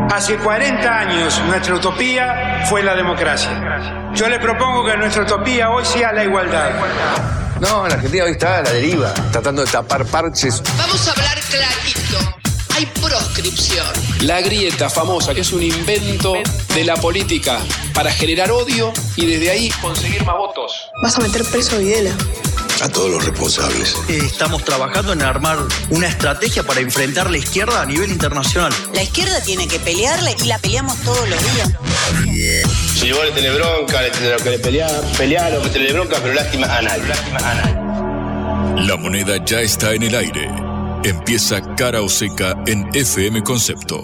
Hace 40 años nuestra utopía fue la democracia. Yo le propongo que nuestra utopía hoy sea la igualdad. No, la Argentina hoy está a la deriva, tratando de tapar parches. Vamos a hablar clarito. Hay proscripción. La grieta famosa, que es un invento de la política para generar odio y desde ahí conseguir más votos. Vas a meter preso a Videla. A todos los responsables. Estamos trabajando en armar una estrategia para enfrentar la izquierda a nivel internacional. La izquierda tiene que pelearle y la peleamos todos los días. Si vos le tenés bronca, le tenés que pelear o que tenés bronca, pero lástima a nadie. La moneda ya está en el aire. Empieza Cara o Seca en FM Concepto.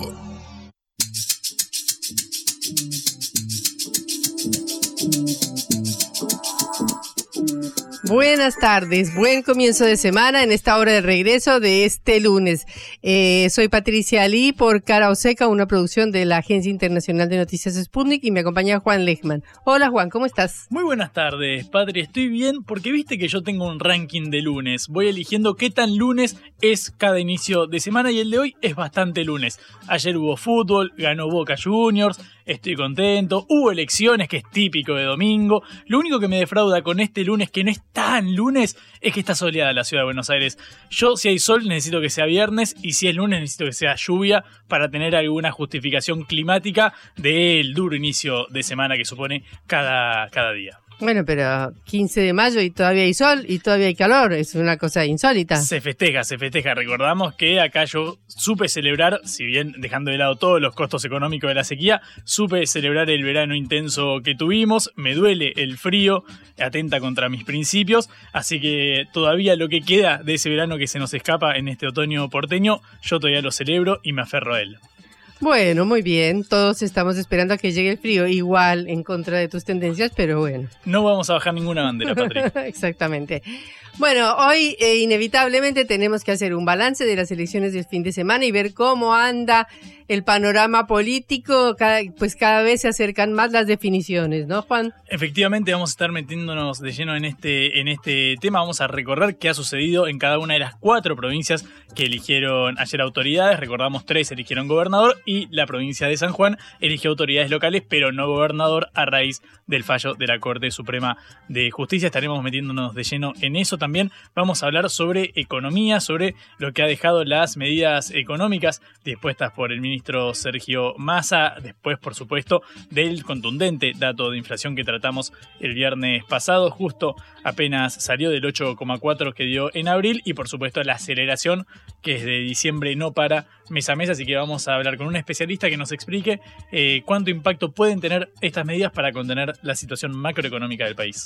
Buenas tardes, buen comienzo de semana en esta hora de regreso de este lunes. Soy Patricia Ali por Cara o Seca, una producción de la Agencia Internacional de Noticias Sputnik, y me acompaña Juan Lechman. Hola Juan, ¿cómo estás? Muy buenas tardes, Patri, estoy bien porque viste que yo tengo un ranking de lunes. Voy eligiendo qué tan lunes es cada inicio de semana y el de hoy es bastante lunes. Ayer hubo fútbol, ganó Boca Juniors, estoy contento, hubo elecciones, que es típico de domingo. Lo único que me defrauda con este lunes, que no es tan lunes, es que está soleada la ciudad de Buenos Aires. Yo, si hay sol, necesito que sea viernes, y si es lunes, necesito que sea lluvia para tener alguna justificación climática del duro inicio de semana que supone cada día. Bueno, pero 15 de mayo y todavía hay sol y todavía hay calor, es una cosa insólita. Se festeja. Recordamos que acá yo supe celebrar, si bien dejando de lado todos los costos económicos de la sequía, supe celebrar el verano intenso que tuvimos. Me duele el frío, atenta contra mis principios, así que todavía lo que queda de ese verano que se nos escapa en este otoño porteño, yo todavía lo celebro y me aferro a él. Bueno, muy bien, todos estamos esperando a que llegue el frío, igual en contra de tus tendencias, pero bueno. No vamos a bajar ninguna bandera, Patrick. Exactamente. Bueno, hoy inevitablemente tenemos que hacer un balance de las elecciones del fin de semana y ver cómo anda el panorama político. Cada vez se acercan más las definiciones, ¿no, Juan? Efectivamente, vamos a estar metiéndonos de lleno en este tema. Vamos a recordar qué ha sucedido en cada una de las 4 provincias que eligieron ayer autoridades. Recordamos 3 eligieron gobernador y la provincia de San Juan eligió autoridades locales, pero no gobernador, a raíz del fallo de la Corte Suprema de Justicia. Estaremos metiéndonos de lleno en eso. También vamos a hablar sobre economía, sobre lo que ha dejado las medidas económicas dispuestas por el ministro Sergio Massa, después, por supuesto, del contundente dato de inflación que tratamos el viernes pasado, justo apenas salió del 8,4 que dio en abril, y por supuesto la aceleración que desde diciembre no para mes a mes, así que vamos a hablar con un especialista que nos explique cuánto impacto pueden tener estas medidas para contener la situación macroeconómica del país.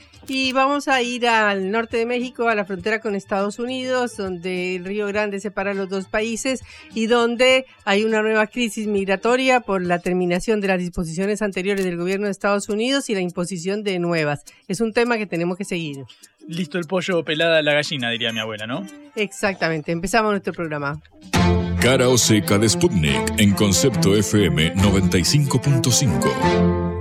Y vamos a ir al norte de México, a la frontera con Estados Unidos, donde el Río Grande separa los dos países y donde hay una nueva crisis migratoria por la terminación de las disposiciones anteriores del gobierno de Estados Unidos y la imposición de nuevas. Es un tema que tenemos que seguir. Listo el pollo, pelada la gallina, diría mi abuela, ¿no? Exactamente, empezamos nuestro programa. Cara o Seca de Sputnik en Concepto FM 95.5.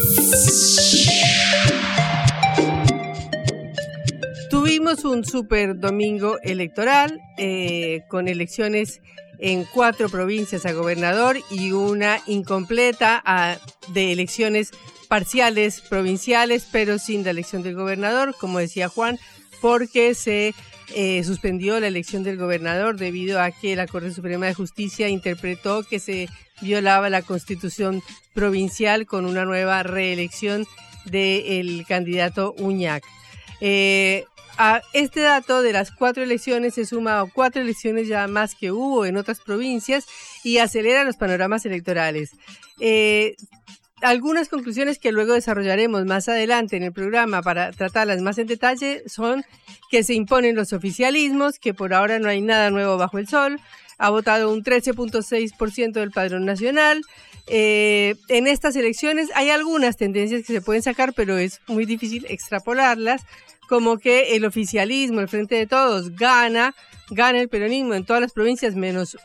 Tuvimos un super domingo electoral con elecciones en 4 provincias a gobernador y una incompleta de elecciones parciales provinciales, pero sin la elección del gobernador, como decía Juan, porque se suspendió la elección del gobernador debido a que la Corte Suprema de Justicia interpretó que se violaba la Constitución provincial con una nueva reelección del candidato Uñac. A este dato de las 4 elecciones se suma 4 elecciones ya más que hubo en otras provincias y acelera los panoramas electorales. Algunas conclusiones que luego desarrollaremos más adelante en el programa para tratarlas más en detalle son que se imponen los oficialismos, que por ahora no hay nada nuevo bajo el sol. Ha votado un 13.6% del padrón nacional. En estas elecciones hay algunas tendencias que se pueden sacar, pero es muy difícil extrapolarlas, como que el oficialismo, el Frente de Todos, gana el peronismo en todas las provincias menos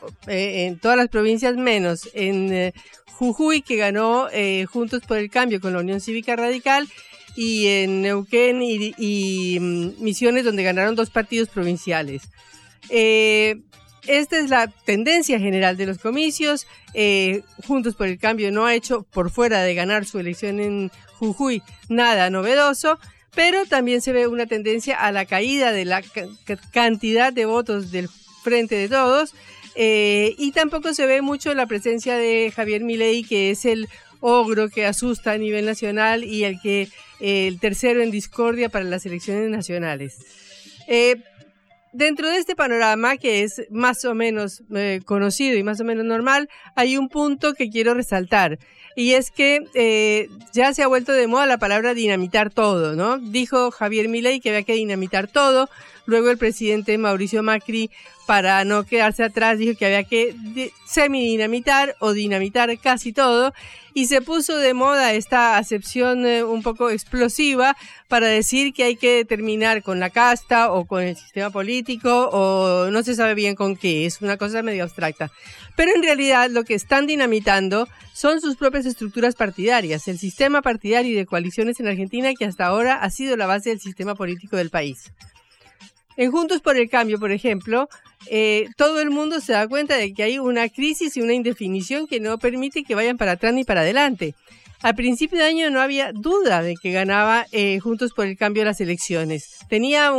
en Jujuy, que ganó Juntos por el Cambio con la Unión Cívica Radical, y en Neuquén y Misiones, donde ganaron 2 partidos provinciales. esta es la tendencia general de los comicios. Juntos por el Cambio no ha hecho, por fuera de ganar su elección en Jujuy, nada novedoso, pero también se ve una tendencia a la caída de la cantidad de votos del Frente de Todos, y tampoco se ve mucho la presencia de Javier Milei, que es el ogro que asusta a nivel nacional y el tercero en discordia para las elecciones nacionales. Dentro de este panorama, que es más o menos conocido y más o menos normal, hay un punto que quiero resaltar, y es que ya se ha vuelto de moda la palabra dinamitar todo, ¿no? Dijo Javier Milei que había que dinamitar todo. Luego el presidente Mauricio Macri, para no quedarse atrás, dijo que había que semidinamitar o dinamitar casi todo, y se puso de moda esta acepción un poco explosiva para decir que hay que terminar con la casta o con el sistema político, o no se sabe bien con qué, es una cosa medio abstracta. Pero en realidad lo que están dinamitando son sus propias estructuras partidarias, el sistema partidario y de coaliciones en Argentina, que hasta ahora ha sido la base del sistema político del país. En Juntos por el Cambio, por ejemplo, todo el mundo se da cuenta de que hay una crisis y una indefinición que no permite que vayan para atrás ni para adelante. A principio de año no había duda de que ganaba Juntos por el Cambio las elecciones. Tenía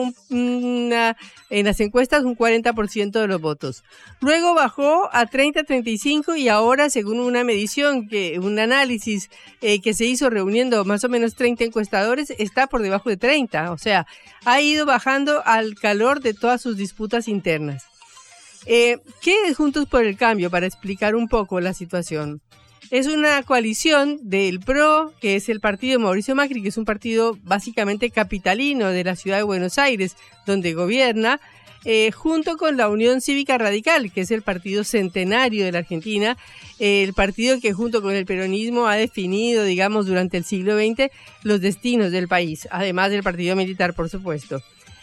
en las encuestas un 40% de los votos. Luego bajó a 30-35 y ahora, según una medición, un análisis que se hizo reuniendo más o menos 30 encuestadores, está por debajo de 30. O sea, ha ido bajando al calor de todas sus disputas internas. ¿Qué es Juntos por el Cambio? Para explicar un poco la situación. Es una coalición del PRO, que es el partido de Mauricio Macri, que es un partido básicamente capitalino de la ciudad de Buenos Aires, donde gobierna, junto con la Unión Cívica Radical, que es el partido centenario de la Argentina, el partido que junto con el peronismo ha definido, digamos, durante el siglo XX los destinos del país, además del partido militar, por supuesto.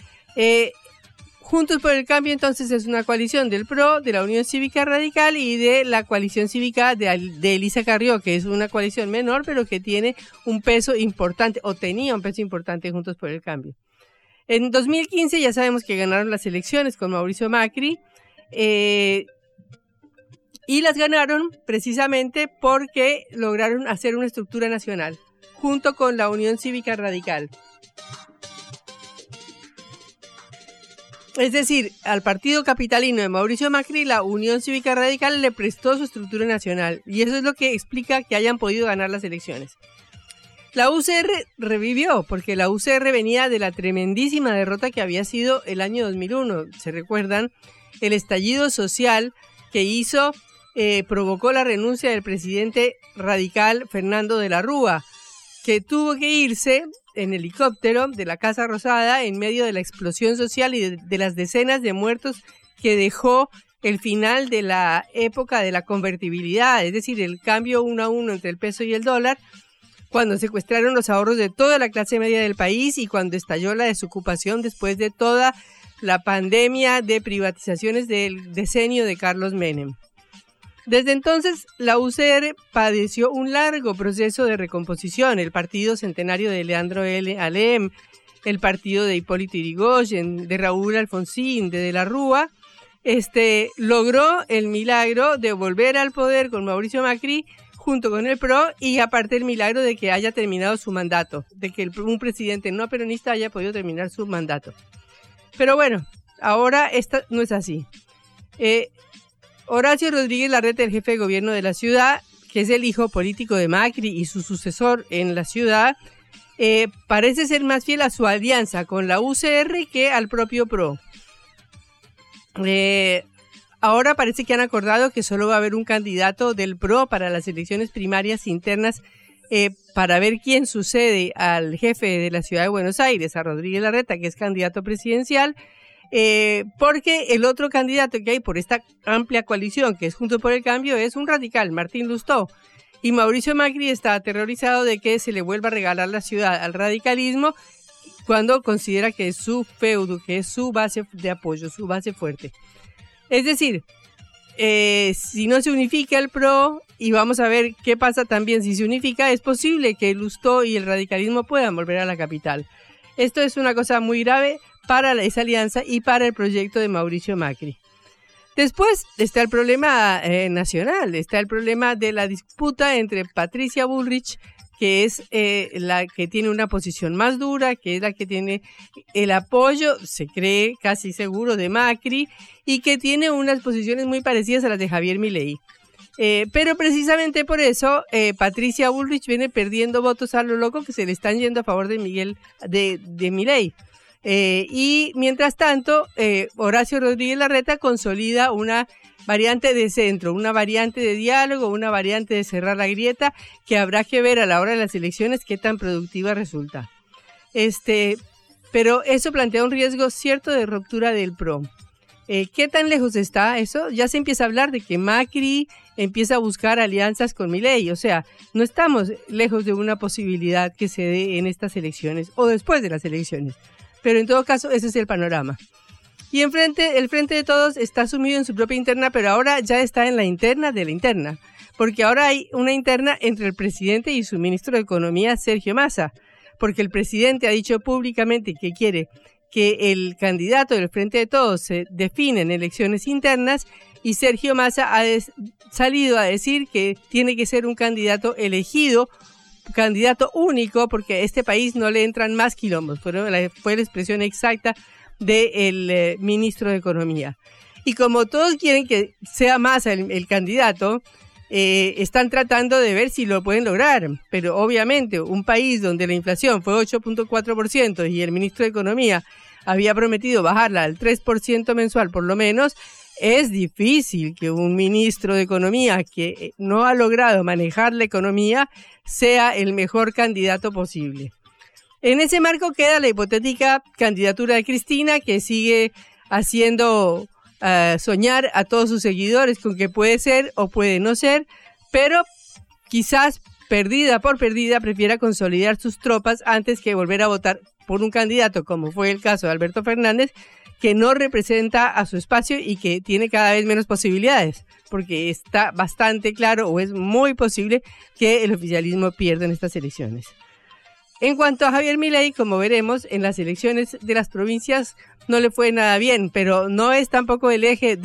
Juntos por el Cambio, entonces, es una coalición del PRO, de la Unión Cívica Radical y de la coalición cívica de Elisa Carrió, que es una coalición menor, pero que tiene un peso importante, o tenía un peso importante Juntos por el Cambio. En 2015 ya sabemos que ganaron las elecciones con Mauricio Macri, y las ganaron precisamente porque lograron hacer una estructura nacional, junto con la Unión Cívica Radical. Es decir, al partido capitalino de Mauricio Macri, la Unión Cívica Radical le prestó su estructura nacional, y eso es lo que explica que hayan podido ganar las elecciones. La UCR revivió, porque la UCR venía de la tremendísima derrota que había sido el año 2001. ¿Se recuerdan? El estallido social que hizo, provocó la renuncia del presidente radical Fernando de la Rúa, que tuvo que irse en helicóptero de la Casa Rosada en medio de la explosión social y de las decenas de muertos que dejó el final de la época de la convertibilidad, es decir, el cambio 1 a 1 entre el peso y el dólar, cuando secuestraron los ahorros de toda la clase media del país y cuando estalló la desocupación después de toda la pandemia de privatizaciones del decenio de Carlos Menem. Desde entonces, la UCR padeció un largo proceso de recomposición. El partido centenario de Leandro L. Alem, el partido de Hipólito Yrigoyen, de Raúl Alfonsín, de la Rúa, logró el milagro de volver al poder con Mauricio Macri junto con el PRO, y aparte el milagro de que haya terminado su mandato, de que un presidente no peronista haya podido terminar su mandato. Pero bueno, ahora no es así. Horacio Rodríguez Larreta, el jefe de gobierno de la ciudad, que es el hijo político de Macri y su sucesor en la ciudad, parece ser más fiel a su alianza con la UCR que al propio PRO. Ahora parece que han acordado que solo va a haber un candidato del PRO para las elecciones primarias internas, para ver quién sucede al jefe de la ciudad de Buenos Aires, a Rodríguez Larreta, que es candidato presidencial, porque el otro candidato que hay por esta amplia coalición, que es Juntos por el Cambio, es un radical, Martín Lustó, y Mauricio Macri está aterrorizado de que se le vuelva a regalar la ciudad al radicalismo cuando considera que es su feudo, que es su base de apoyo, su base fuerte. Es decir, si no se unifica el PRO, y vamos a ver qué pasa también si se unifica, es posible que Lustó y el radicalismo puedan volver a la capital. Esto es una cosa muy grave para esa alianza y para el proyecto de Mauricio Macri. Después está el problema nacional, está el problema de la disputa entre Patricia Bullrich, que es la que tiene una posición más dura, que es la que tiene el apoyo, se cree casi seguro, de Macri, y que tiene unas posiciones muy parecidas a las de Javier Milei. Pero precisamente por eso Patricia Bullrich viene perdiendo votos a lo loco, que se le están yendo a favor de Milei. Y mientras tanto, Horacio Rodríguez Larreta consolida una variante de centro, una variante de diálogo, una variante de cerrar la grieta, que habrá que ver a la hora de las elecciones qué tan productiva resulta. Pero eso plantea un riesgo cierto de ruptura del PRO. ¿Qué tan lejos está eso? Ya se empieza a hablar de que Macri empieza a buscar alianzas con Milei, o sea, no estamos lejos de una posibilidad que se dé en estas elecciones o después de las elecciones, pero en todo caso ese es el panorama. Y el Frente de Todos está sumido en su propia interna, pero ahora ya está en la interna de la interna, porque ahora hay una interna entre el presidente y su ministro de Economía, Sergio Massa, porque el presidente ha dicho públicamente que quiere que el candidato del Frente de Todos se define en elecciones internas, y Sergio Massa ha salido a decir que tiene que ser un candidato elegido, candidato único, porque a este país no le entran más quilombos. Fue la expresión exacta del ministro de Economía. Y como todos quieren que sea Massa el candidato, están tratando de ver si lo pueden lograr, pero obviamente un país donde la inflación fue 8.4% y el ministro de Economía había prometido bajarla al 3% mensual por lo menos, es difícil que un ministro de Economía que no ha logrado manejar la economía sea el mejor candidato posible. En ese marco queda la hipotética candidatura de Cristina, que sigue haciendo soñar a todos sus seguidores con que puede ser o puede no ser, pero quizás perdida por perdida prefiera consolidar sus tropas antes que volver a votar por un candidato, como fue el caso de Alberto Fernández, que no representa a su espacio y que tiene cada vez menos posibilidades, porque está bastante claro, o es muy posible, que el oficialismo pierda en estas elecciones. En cuanto a Javier Milei, como veremos, en las elecciones de las provincias no le fue nada bien, pero no es tampoco el eje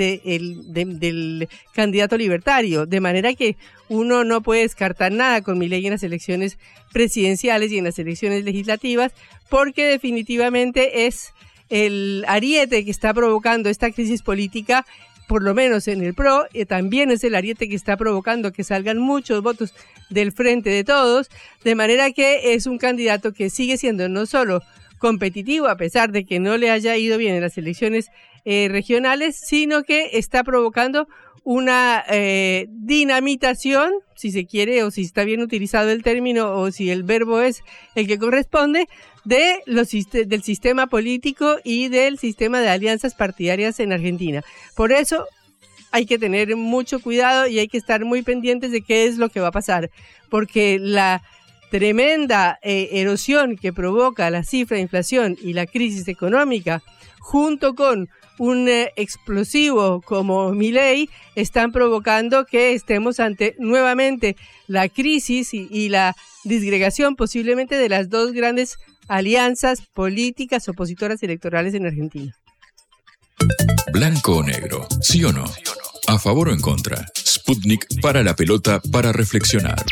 del candidato libertario, de manera que uno no puede descartar nada con Milei en las elecciones presidenciales y en las elecciones legislativas, porque definitivamente es el ariete que está provocando esta crisis política, por lo menos en el PRO, también es el ariete que está provocando que salgan muchos votos del Frente de Todos, de manera que es un candidato que sigue siendo no solo competitivo, a pesar de que no le haya ido bien en las elecciones regionales, sino que está provocando una dinamitación, si se quiere, o si está bien utilizado el término, o si el verbo es el que corresponde, del sistema político y del sistema de alianzas partidarias en Argentina. Por eso hay que tener mucho cuidado y hay que estar muy pendientes de qué es lo que va a pasar, porque la tremenda erosión que provoca la cifra de inflación y la crisis económica, junto con un explosivo como Milei, están provocando que estemos ante nuevamente la crisis y la disgregación posiblemente de las dos grandes alianzas políticas opositoras electorales en Argentina. Blanco o negro, ¿sí o no? ¿A favor o en contra? Sputnik para la pelota para reflexionar.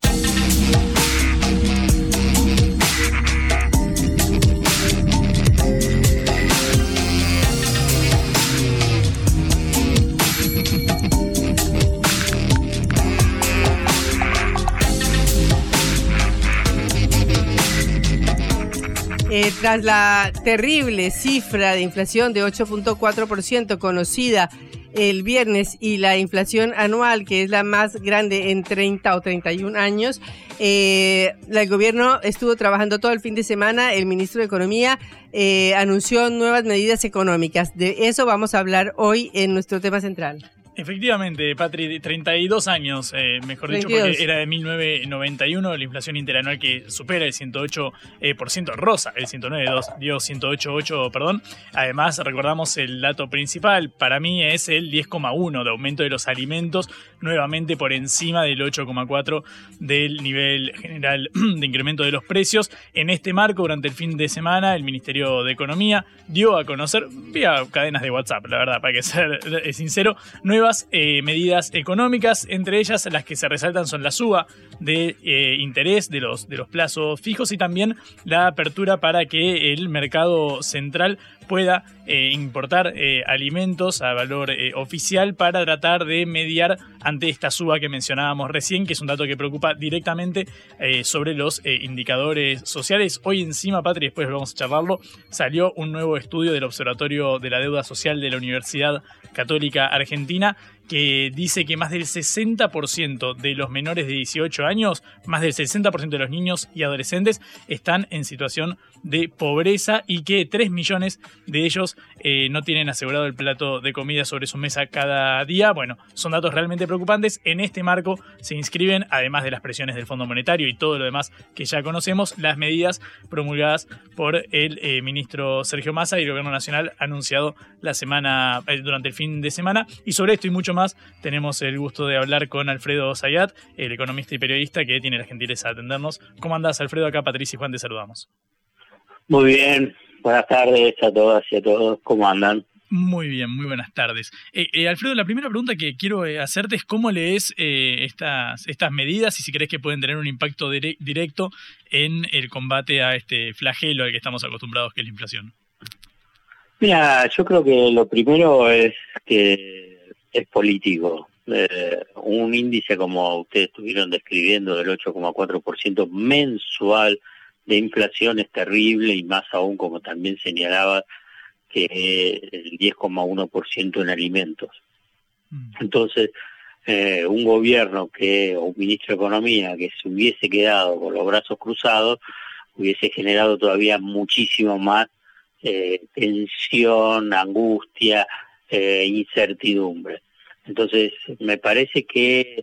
Tras la terrible cifra de inflación de 8.4% conocida el viernes y la inflación anual, que es la más grande en 30 o 31 años, el gobierno estuvo trabajando todo el fin de semana. El ministro de Economía anunció nuevas medidas económicas. De eso vamos a hablar hoy en nuestro tema central. Efectivamente, Patri, 32 años, mejor dicho, 32. porque era de 1991, la inflación interanual que supera el 108%, rosa el 108.8, perdón. Además, recordamos el dato principal, para mí es el 10,1 de aumento de los alimentos, nuevamente por encima del 8,4 del nivel general de incremento de los precios. En este marco, durante el fin de semana, el Ministerio de Economía dio a conocer, vía cadenas de WhatsApp, la verdad, para que ser sincero, nuevas medidas económicas, entre ellas las que se resaltan son la suba de interés de los plazos fijos y también la apertura para que el mercado central pueda importar alimentos a valor oficial para tratar de mediar ante esta suba que mencionábamos recién, que es un dato que preocupa directamente sobre los indicadores sociales. Hoy encima, Patri, después vamos a charlarlo, salió un nuevo estudio del Observatorio de la Deuda Social de la Universidad Católica Argentina que dice que más del 60% de los menores de 18 años, más del 60% de los niños y adolescentes están en situación de pobreza y que 3 millones de ellos no tienen asegurado el plato de comida sobre su mesa cada día. Bueno, son datos realmente preocupantes. En este marco se inscriben, además de las presiones del Fondo Monetario y todo lo demás que ya conocemos, las medidas promulgadas por el ministro Sergio Massa y el Gobierno Nacional anunciado durante el fin de semana. Y sobre esto y mucho más tenemos el gusto de hablar con Alfredo Zayat, el economista y periodista que tiene la gentileza de atendernos. ¿Cómo andás, Alfredo? Acá Patricia y Juan te saludamos. Muy bien, buenas tardes a todas y a todos, ¿cómo andan? Muy bien, muy buenas tardes. Alfredo, la primera pregunta que quiero hacerte es cómo lees estas medidas y si crees que pueden tener un impacto directo en el combate a este flagelo al que estamos acostumbrados, que es la inflación. Mira, yo creo que lo primero es que es político. Un índice como ustedes estuvieron describiendo del 8,4% mensual de inflación es terrible y más aún, como también señalaba, que el 10,1% en alimentos. Entonces, un gobierno o un ministro de Economía que se hubiese quedado con los brazos cruzados hubiese generado todavía muchísimo más tensión, angustia, incertidumbre. Entonces, me parece que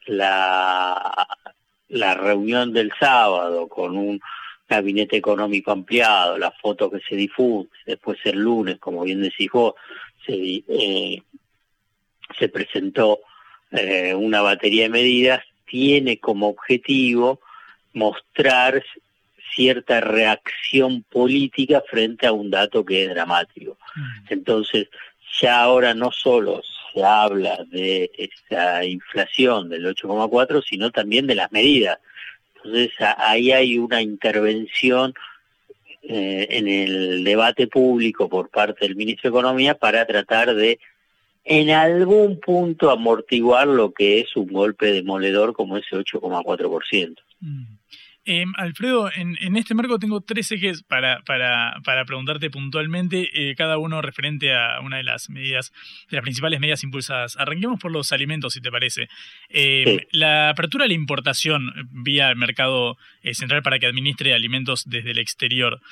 la reunión del sábado con un gabinete económico ampliado, la foto que se difunde, después el lunes, como bien decís vos, se presentó una batería de medidas, tiene como objetivo mostrar cierta reacción política frente a un dato que es dramático. Entonces, ya ahora no solo se habla de esa inflación del 8,4, sino también de las medidas. Entonces, ahí hay una intervención en el debate público por parte del ministro de Economía para tratar de, en algún punto, amortiguar lo que es un golpe demoledor como ese 8,4%. Alfredo, en este marco tengo 3 ejes para preguntarte puntualmente, cada uno referente a una de las principales medidas impulsadas. Arranquemos por los alimentos, si te parece. Sí. La apertura de la importación vía el mercado central para que administre alimentos desde el exterior,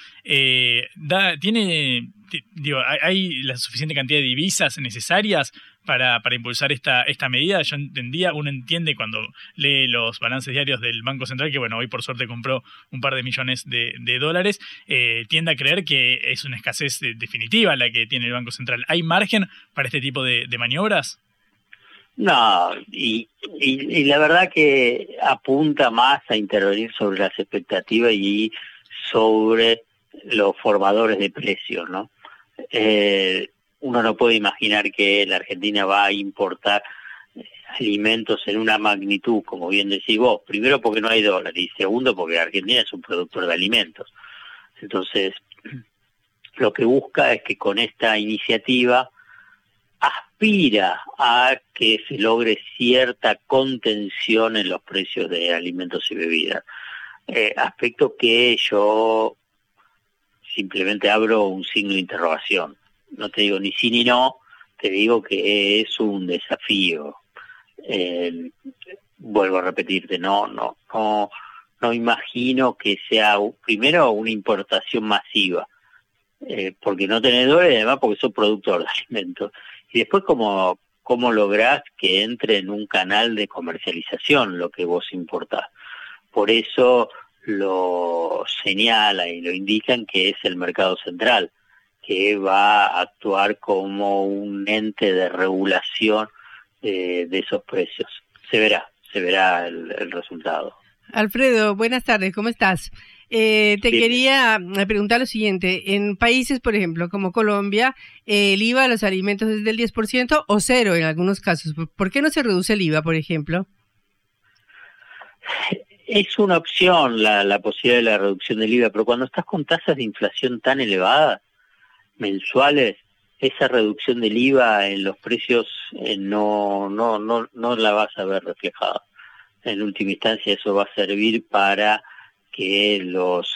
¿hay la suficiente cantidad de divisas necesarias para impulsar esta medida? Uno entiende cuando lee los balances diarios del Banco Central, que bueno, hoy por suerte compró un par de millones de dólares, tiende a creer que es una escasez definitiva la que tiene el Banco Central. ¿Hay margen para este tipo de maniobras? No, y la verdad que apunta más a intervenir sobre las expectativas y sobre los formadores de precios, ¿no? Uno no puede imaginar que la Argentina va a importar alimentos en una magnitud, como bien decís vos, primero porque no hay dólares y segundo porque la Argentina es un productor de alimentos. Entonces, lo que busca es que con esta iniciativa aspira a que se logre cierta contención en los precios de alimentos y bebidas. Aspecto que yo simplemente abro un signo de interrogación. No te digo ni sí ni no, te digo que es un desafío. Vuelvo a repetirte, no imagino que sea primero una importación masiva, porque no tenés dólares y además porque sos productor de alimentos. Y después como cómo lográs que entre en un canal de comercialización lo que vos importás. Por eso lo señalan y lo indican que es el mercado central, que va a actuar como un ente de regulación de esos precios. Se verá el resultado. Alfredo, buenas tardes, ¿cómo estás? Quería preguntar lo siguiente. En países, por ejemplo, como Colombia, el IVA a los alimentos es del 10% o cero en algunos casos. ¿Por qué no se reduce el IVA, por ejemplo? Es una opción la posibilidad de la reducción del IVA, pero cuando estás con tasas de inflación tan elevadas, mensuales, esa reducción del IVA en los precios no la vas a ver reflejada. En última instancia eso va a servir para que los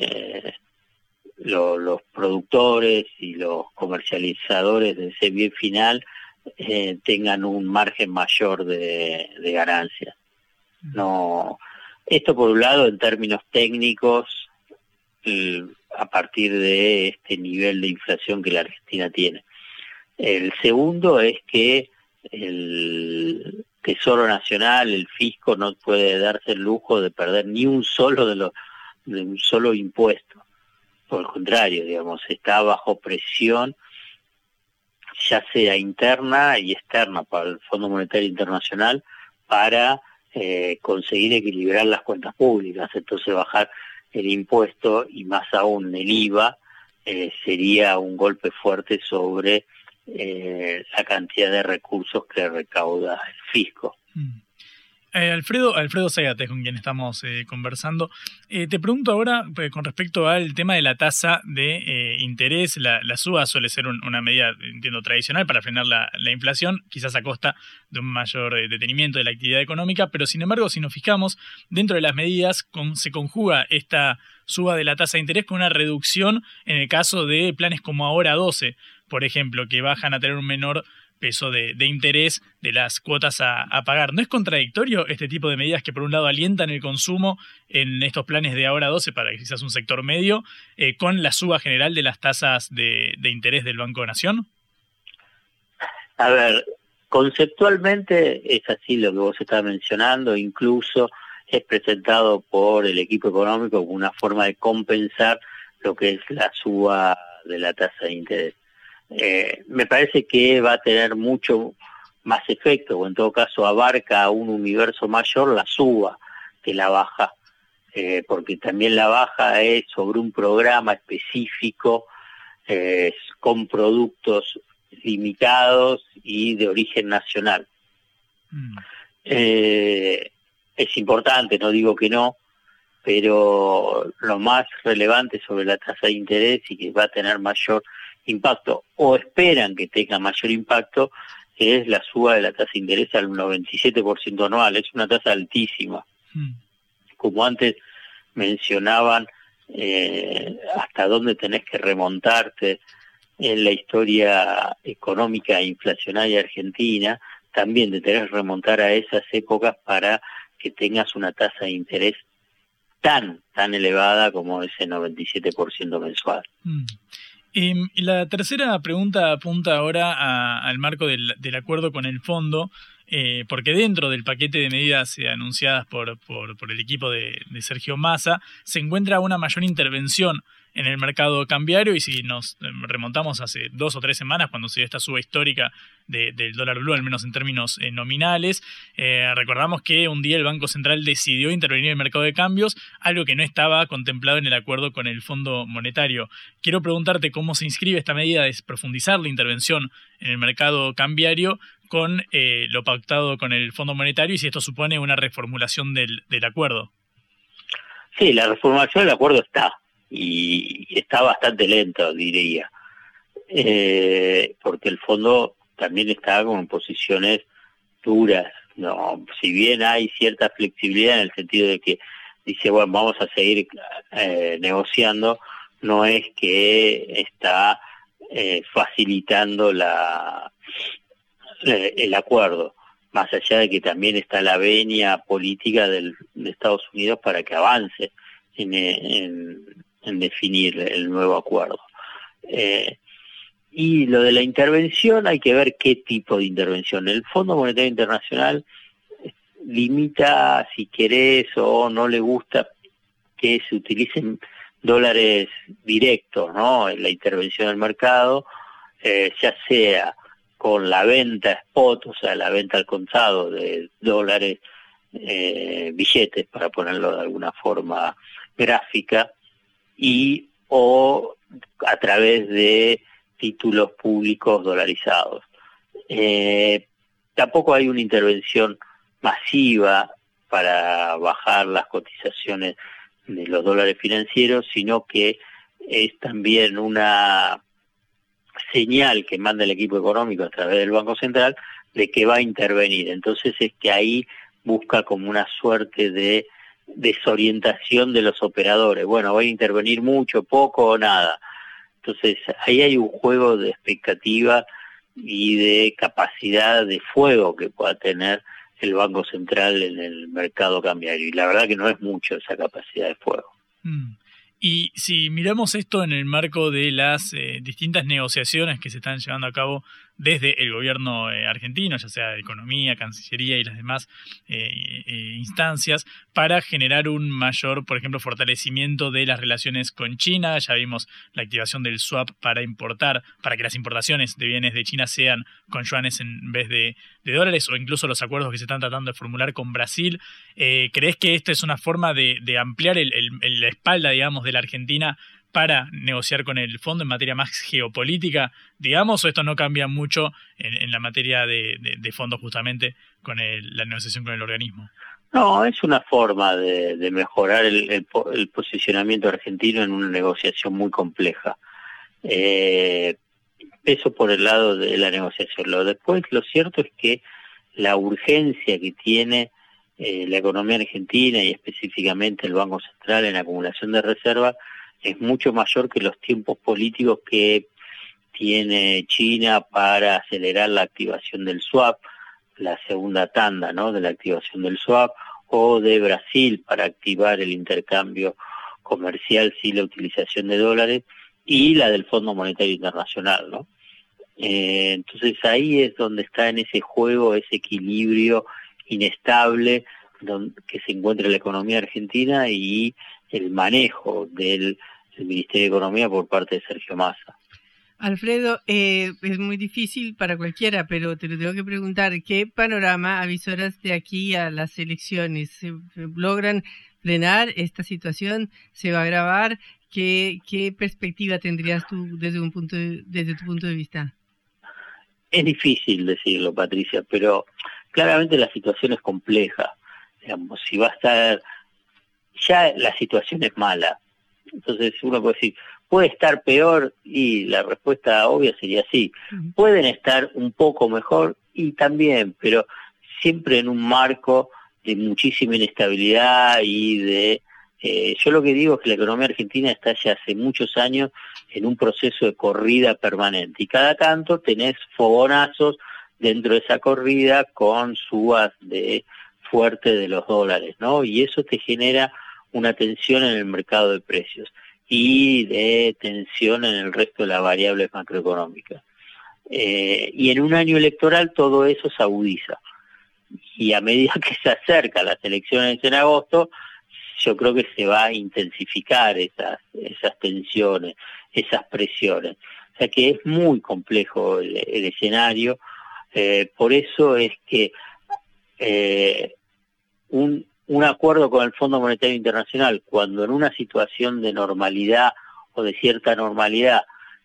productores y los comercializadores de ese bien final tengan un margen mayor de ganancia. No, esto por un lado en términos técnicos, a partir de este nivel de inflación que la Argentina tiene. El segundo es que el Tesoro Nacional, el fisco, no puede darse el lujo de perder ni un solo de un solo impuesto. Por el contrario, digamos, está bajo presión, ya sea interna y externa para el Fondo Monetario Internacional, para conseguir equilibrar las cuentas públicas. Entonces bajar el impuesto y más aún el IVA sería un golpe fuerte sobre la cantidad de recursos que recauda el fisco. Alfredo Zárate, con quien estamos conversando. Te pregunto ahora con respecto al tema de la tasa de interés. La suba suele ser una medida, entiendo, tradicional para frenar la inflación, quizás a costa de un mayor detenimiento de la actividad económica, pero sin embargo, si nos fijamos, dentro de las medidas se conjuga esta suba de la tasa de interés con una reducción en el caso de planes como Ahora 12, por ejemplo, que bajan a tener un menor peso de interés de las cuotas a pagar. ¿No es contradictorio este tipo de medidas que por un lado alientan el consumo en estos planes de Ahora 12 para quizás un sector medio, con la suba general de las tasas de interés del Banco de Nación? A ver, conceptualmente es así lo que vos estás mencionando, incluso es presentado por el equipo económico como una forma de compensar lo que es la suba de la tasa de interés. Me parece que va a tener mucho más efecto, o en todo caso abarca a un universo mayor la suba que la baja, porque también la baja es sobre un programa específico con productos limitados y de origen nacional. Es importante, no digo que no, pero lo más relevante sobre la tasa de interés y que va a tener mayor impacto, o esperan que tenga mayor impacto, es la suba de la tasa de interés al 97% anual. Es una tasa altísima. Como antes mencionaban, hasta dónde tenés que remontarte en la historia económica e inflacionaria argentina, también te tenés que remontar a esas épocas para que tengas una tasa de interés tan elevada como ese 97% mensual. Y la tercera pregunta apunta ahora al marco del acuerdo con el fondo, porque dentro del paquete de medidas anunciadas por el equipo de Sergio Massa se encuentra una mayor intervención en el mercado cambiario, y si nos remontamos hace 2 o 3 semanas, cuando se dio esta suba histórica del dólar blue, al menos en términos nominales, recordamos que un día el Banco Central decidió intervenir en el mercado de cambios, algo que no estaba contemplado en el acuerdo con el Fondo Monetario. Quiero preguntarte cómo se inscribe esta medida de profundizar la intervención en el mercado cambiario con lo pactado con el Fondo Monetario, y si esto supone una reformulación del acuerdo. Sí, la reformulación del acuerdo está, y está bastante lento, diría, porque el fondo también está con posiciones duras, ¿no? Si bien hay cierta flexibilidad en el sentido de que dice, bueno, vamos a seguir negociando, no es que está facilitando el acuerdo, más allá de que también está la venia política de Estados Unidos para que avance en definir el nuevo acuerdo. Y lo de la intervención, hay que ver qué tipo de intervención. El Fondo Monetario Internacional limita, si querés o no le gusta, que se utilicen dólares directos, ¿no?, en la intervención del mercado, ya sea con la venta spot, o sea, la venta al contado de dólares, billetes, para ponerlo de alguna forma gráfica, o a través de títulos públicos dolarizados. Tampoco hay una intervención masiva para bajar las cotizaciones de los dólares financieros, sino que es también una señal que manda el equipo económico a través del Banco Central de que va a intervenir. Entonces es que ahí busca como una suerte de desorientación de los operadores. Bueno, va a intervenir mucho, poco o nada. Entonces ahí hay un juego de expectativa y de capacidad de fuego que pueda tener el Banco Central en el mercado cambiario. Y la verdad que no es mucho esa capacidad de fuego. Y si miramos esto en el marco de las distintas negociaciones que se están llevando a cabo desde el gobierno argentino, ya sea de Economía, Cancillería y las demás instancias, para generar un mayor, por ejemplo, fortalecimiento de las relaciones con China. Ya vimos la activación del swap para importar, para que las importaciones de bienes de China sean con yuanes en vez de dólares, o incluso los acuerdos que se están tratando de formular con Brasil. ¿Crees que esta es una forma de ampliar la espalda, digamos, de la Argentina para negociar con el fondo en materia más geopolítica, digamos, o esto no cambia mucho en la materia de fondo justamente con la negociación con el organismo? No, es una forma de mejorar el posicionamiento argentino en una negociación muy compleja. Eso por el lado de la negociación. Después, lo cierto es que la urgencia que tiene la economía argentina y específicamente el Banco Central en acumulación de reservas es mucho mayor que los tiempos políticos que tiene China para acelerar la activación del swap, la segunda tanda, ¿no?, de la activación del swap, o de Brasil para activar el intercambio comercial sin la utilización de dólares, y la del Fondo Monetario Internacional, ¿no? Entonces ahí es donde está en ese juego, ese equilibrio inestable que se encuentra la economía argentina y el manejo del Ministerio de Economía por parte de Sergio Massa. Alfredo, es muy difícil para cualquiera, pero te lo tengo que preguntar, ¿qué panorama avisoras de aquí a las elecciones? ¿Se logran frenar esta situación? ¿Se va a agravar? ¿Qué perspectiva tendrías tú desde tu punto de vista? Es difícil decirlo, Patricia, pero claramente la situación es compleja. Digamos, si va a estar... Ya la situación es mala. Entonces uno puede decir, ¿puede estar peor? Y la respuesta obvia sería sí. Pueden estar un poco mejor y también, pero siempre en un marco de muchísima inestabilidad y de... yo lo que digo es que la economía argentina está ya hace muchos años en un proceso de corrida permanente y cada tanto tenés fogonazos dentro de esa corrida con subas fuerte de los dólares, ¿no? Y eso te genera una tensión en el mercado de precios y de tensión en el resto de las variables macroeconómicas. Y en un año electoral todo eso se agudiza. Y a medida que se acercan las elecciones en agosto, yo creo que se va a intensificar esas tensiones, esas presiones. O sea que es muy complejo el escenario. Por eso es que un acuerdo con el Fondo Monetario Internacional, cuando en una situación de normalidad o de cierta normalidad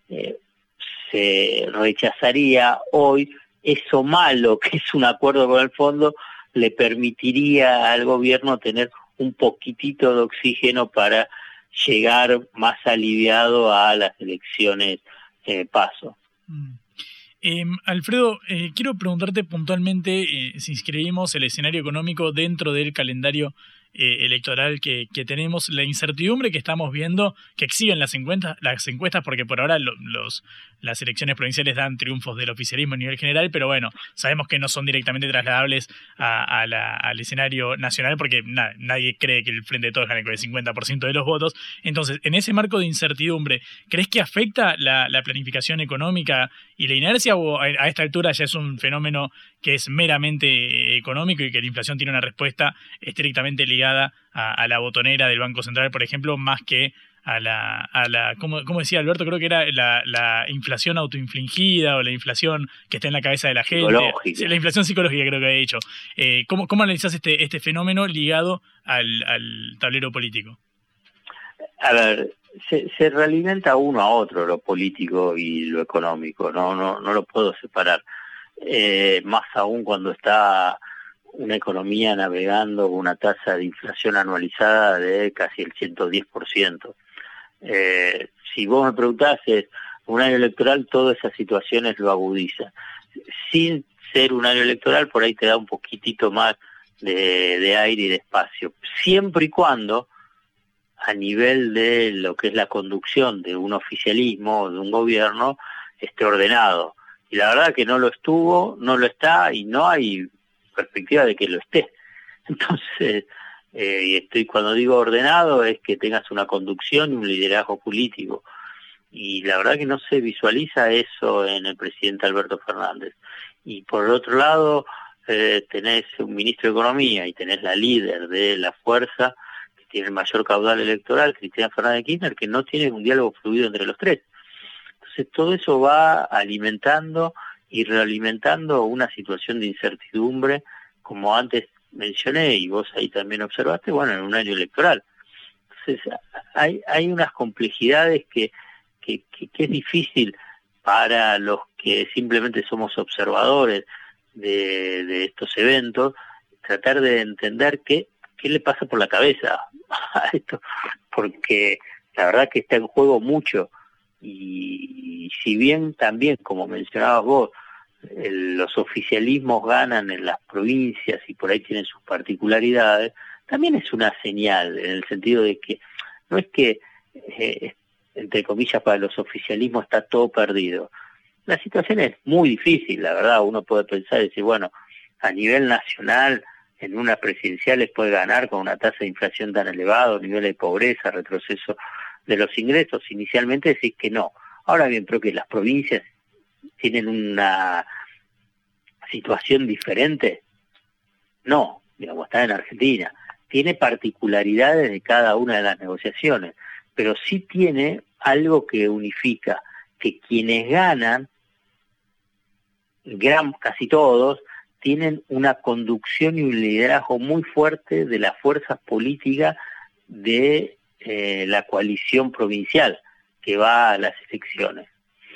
se rechazaría, hoy eso malo que es un acuerdo con el fondo le permitiría al gobierno tener un poquitito de oxígeno para llegar más aliviado a las elecciones PASO. Alfredo, quiero preguntarte puntualmente si inscribimos el escenario económico dentro del calendario electoral que tenemos, la incertidumbre que estamos viendo, que exhiben las encuestas, porque por ahora las elecciones provinciales dan triunfos del oficialismo a nivel general, pero bueno, sabemos que no son directamente trasladables al escenario nacional, porque nadie cree que el Frente de Todos gane con el 50% de los votos. Entonces, en ese marco de incertidumbre, ¿crees que afecta la planificación económica y la inercia, o a esta altura ya es un fenómeno que es meramente económico y que la inflación tiene una respuesta estrictamente ligada a la botonera del Banco Central, por ejemplo, más que a la ¿cómo decía Alberto? Creo que era la inflación autoinfligida o la inflación que está en la cabeza de la gente. Sí, la inflación psicológica creo que había dicho. ¿Cómo analizás este fenómeno ligado al tablero político? A ver, se realimenta uno a otro, lo político y lo económico, no lo puedo separar. Más aún cuando está una economía navegando con una tasa de inflación anualizada de casi el 110%. Si vos me preguntases, un año electoral, todas esas situaciones lo agudizan. Sin ser un año electoral, por ahí te da un poquitito más de aire y de espacio, siempre y cuando a nivel de lo que es la conducción de un oficialismo, de un gobierno, esté ordenado. Y la verdad que no lo estuvo, no lo está, y no hay perspectiva de que lo esté. Entonces, cuando digo ordenado, es que tengas una conducción y un liderazgo político. Y la verdad que no se visualiza eso en el presidente Alberto Fernández. Y por el otro lado, tenés un ministro de Economía y tenés la líder de la fuerza, que tiene el mayor caudal electoral, Cristina Fernández de Kirchner, que no tiene un diálogo fluido entre los tres. Entonces todo eso va alimentando y realimentando una situación de incertidumbre, como antes mencioné y vos ahí también observaste, bueno, en un año electoral. Entonces hay unas complejidades que es difícil para los que simplemente somos observadores de estos eventos, tratar de entender qué le pasa por la cabeza a esto, porque la verdad que está en juego mucho. Y si bien también, como mencionabas vos, los oficialismos ganan en las provincias y por ahí tienen sus particularidades, también es una señal, en el sentido de que no es que, entre comillas, para los oficialismos está todo perdido. La situación es muy difícil, la verdad. Uno puede pensar y decir, bueno, a nivel nacional, en unas presidenciales puede ganar con una tasa de inflación tan elevada, nivel de pobreza, retroceso de los ingresos. Inicialmente decís que no. Ahora bien, creo que las provincias tienen una situación diferente. No, digamos, está en Argentina. Tiene particularidades de cada una de las negociaciones, pero sí tiene algo que unifica, que quienes ganan, casi todos, tienen una conducción y un liderazgo muy fuerte de las fuerzas políticas de la coalición provincial que va a las elecciones,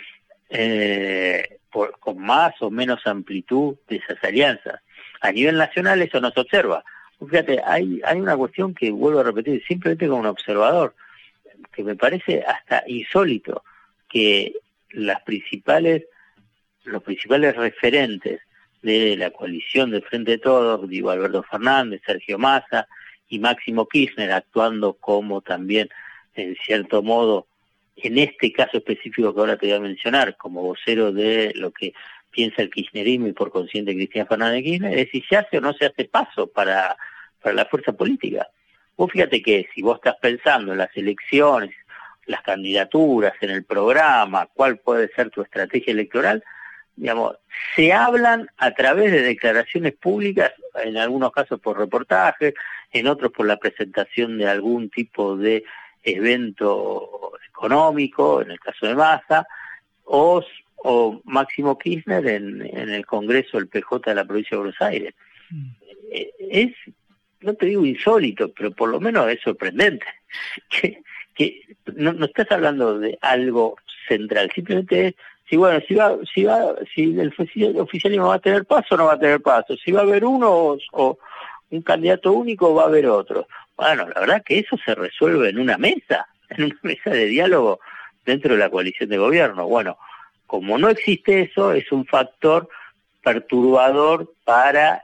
con más o menos amplitud de esas alianzas. A nivel nacional eso no se observa. Fíjate, hay una cuestión que vuelvo a repetir, simplemente como un observador, que me parece hasta insólito, que los principales referentes de la coalición del Frente de Todos, digo Alberto Fernández, Sergio Massa y Máximo Kirchner, actuando como también, en cierto modo, en este caso específico que ahora te voy a mencionar, como vocero de lo que piensa el kirchnerismo y por consiguiente Cristina Fernández de Kirchner, es si se hace o no se hace paso para la fuerza política. Vos fíjate que si vos estás pensando en las elecciones, las candidaturas, en el programa, cuál puede ser tu estrategia electoral, digamos, se hablan a través de declaraciones públicas, en algunos casos por reportajes, en otros por la presentación de algún tipo de evento económico, en el caso de Massa, o Máximo Kirchner en el Congreso del PJ de la provincia de Buenos Aires. Es, no te digo insólito, pero por lo menos es sorprendente. Que no estás hablando de algo central, simplemente es si el oficialismo va a tener paso o no va a tener paso, si va a haber uno o un candidato único, va a haber otro. Bueno, la verdad que eso se resuelve en una mesa de diálogo dentro de la coalición de gobierno. Bueno, como no existe eso, es un factor perturbador para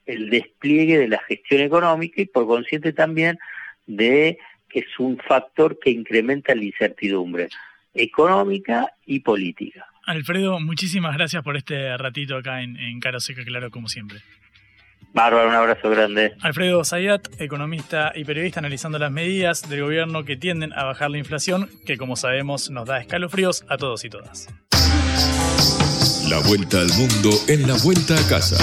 el despliegue de la gestión económica y por consiguiente también de que es un factor que incrementa la incertidumbre económica y política. Alfredo, muchísimas gracias por este ratito acá en Cara Seca Claro, como siempre. Bárbaro, un abrazo grande. Alfredo Zayat, economista y periodista, analizando las medidas del gobierno que tienden a bajar la inflación, que como sabemos nos da escalofríos a todos y todas. La vuelta al mundo en la vuelta a casa.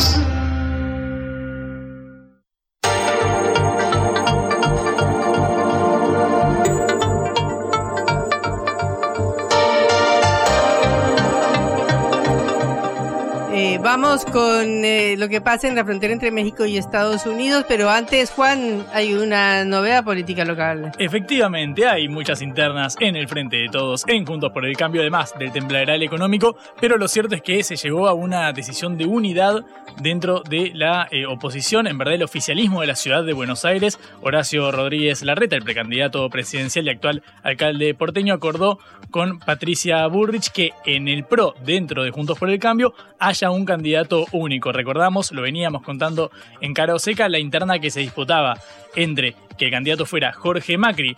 Vamos con lo que pasa en la frontera entre México y Estados Unidos, pero antes, Juan, hay una novedad política local. Efectivamente, hay muchas internas en el Frente de Todos, en Juntos por el Cambio, además del tembladeral económico, pero lo cierto es que se llegó a una decisión de unidad dentro de la oposición, en verdad el oficialismo de la ciudad de Buenos Aires. Horacio Rodríguez Larreta, el precandidato presidencial y actual alcalde porteño, acordó con Patricia Bullrich que en el PRO, dentro de Juntos por el Cambio, haya un candidato único. Recordamos, lo veníamos contando en Cara Seca, la interna que se disputaba entre que el candidato fuera Jorge Macri,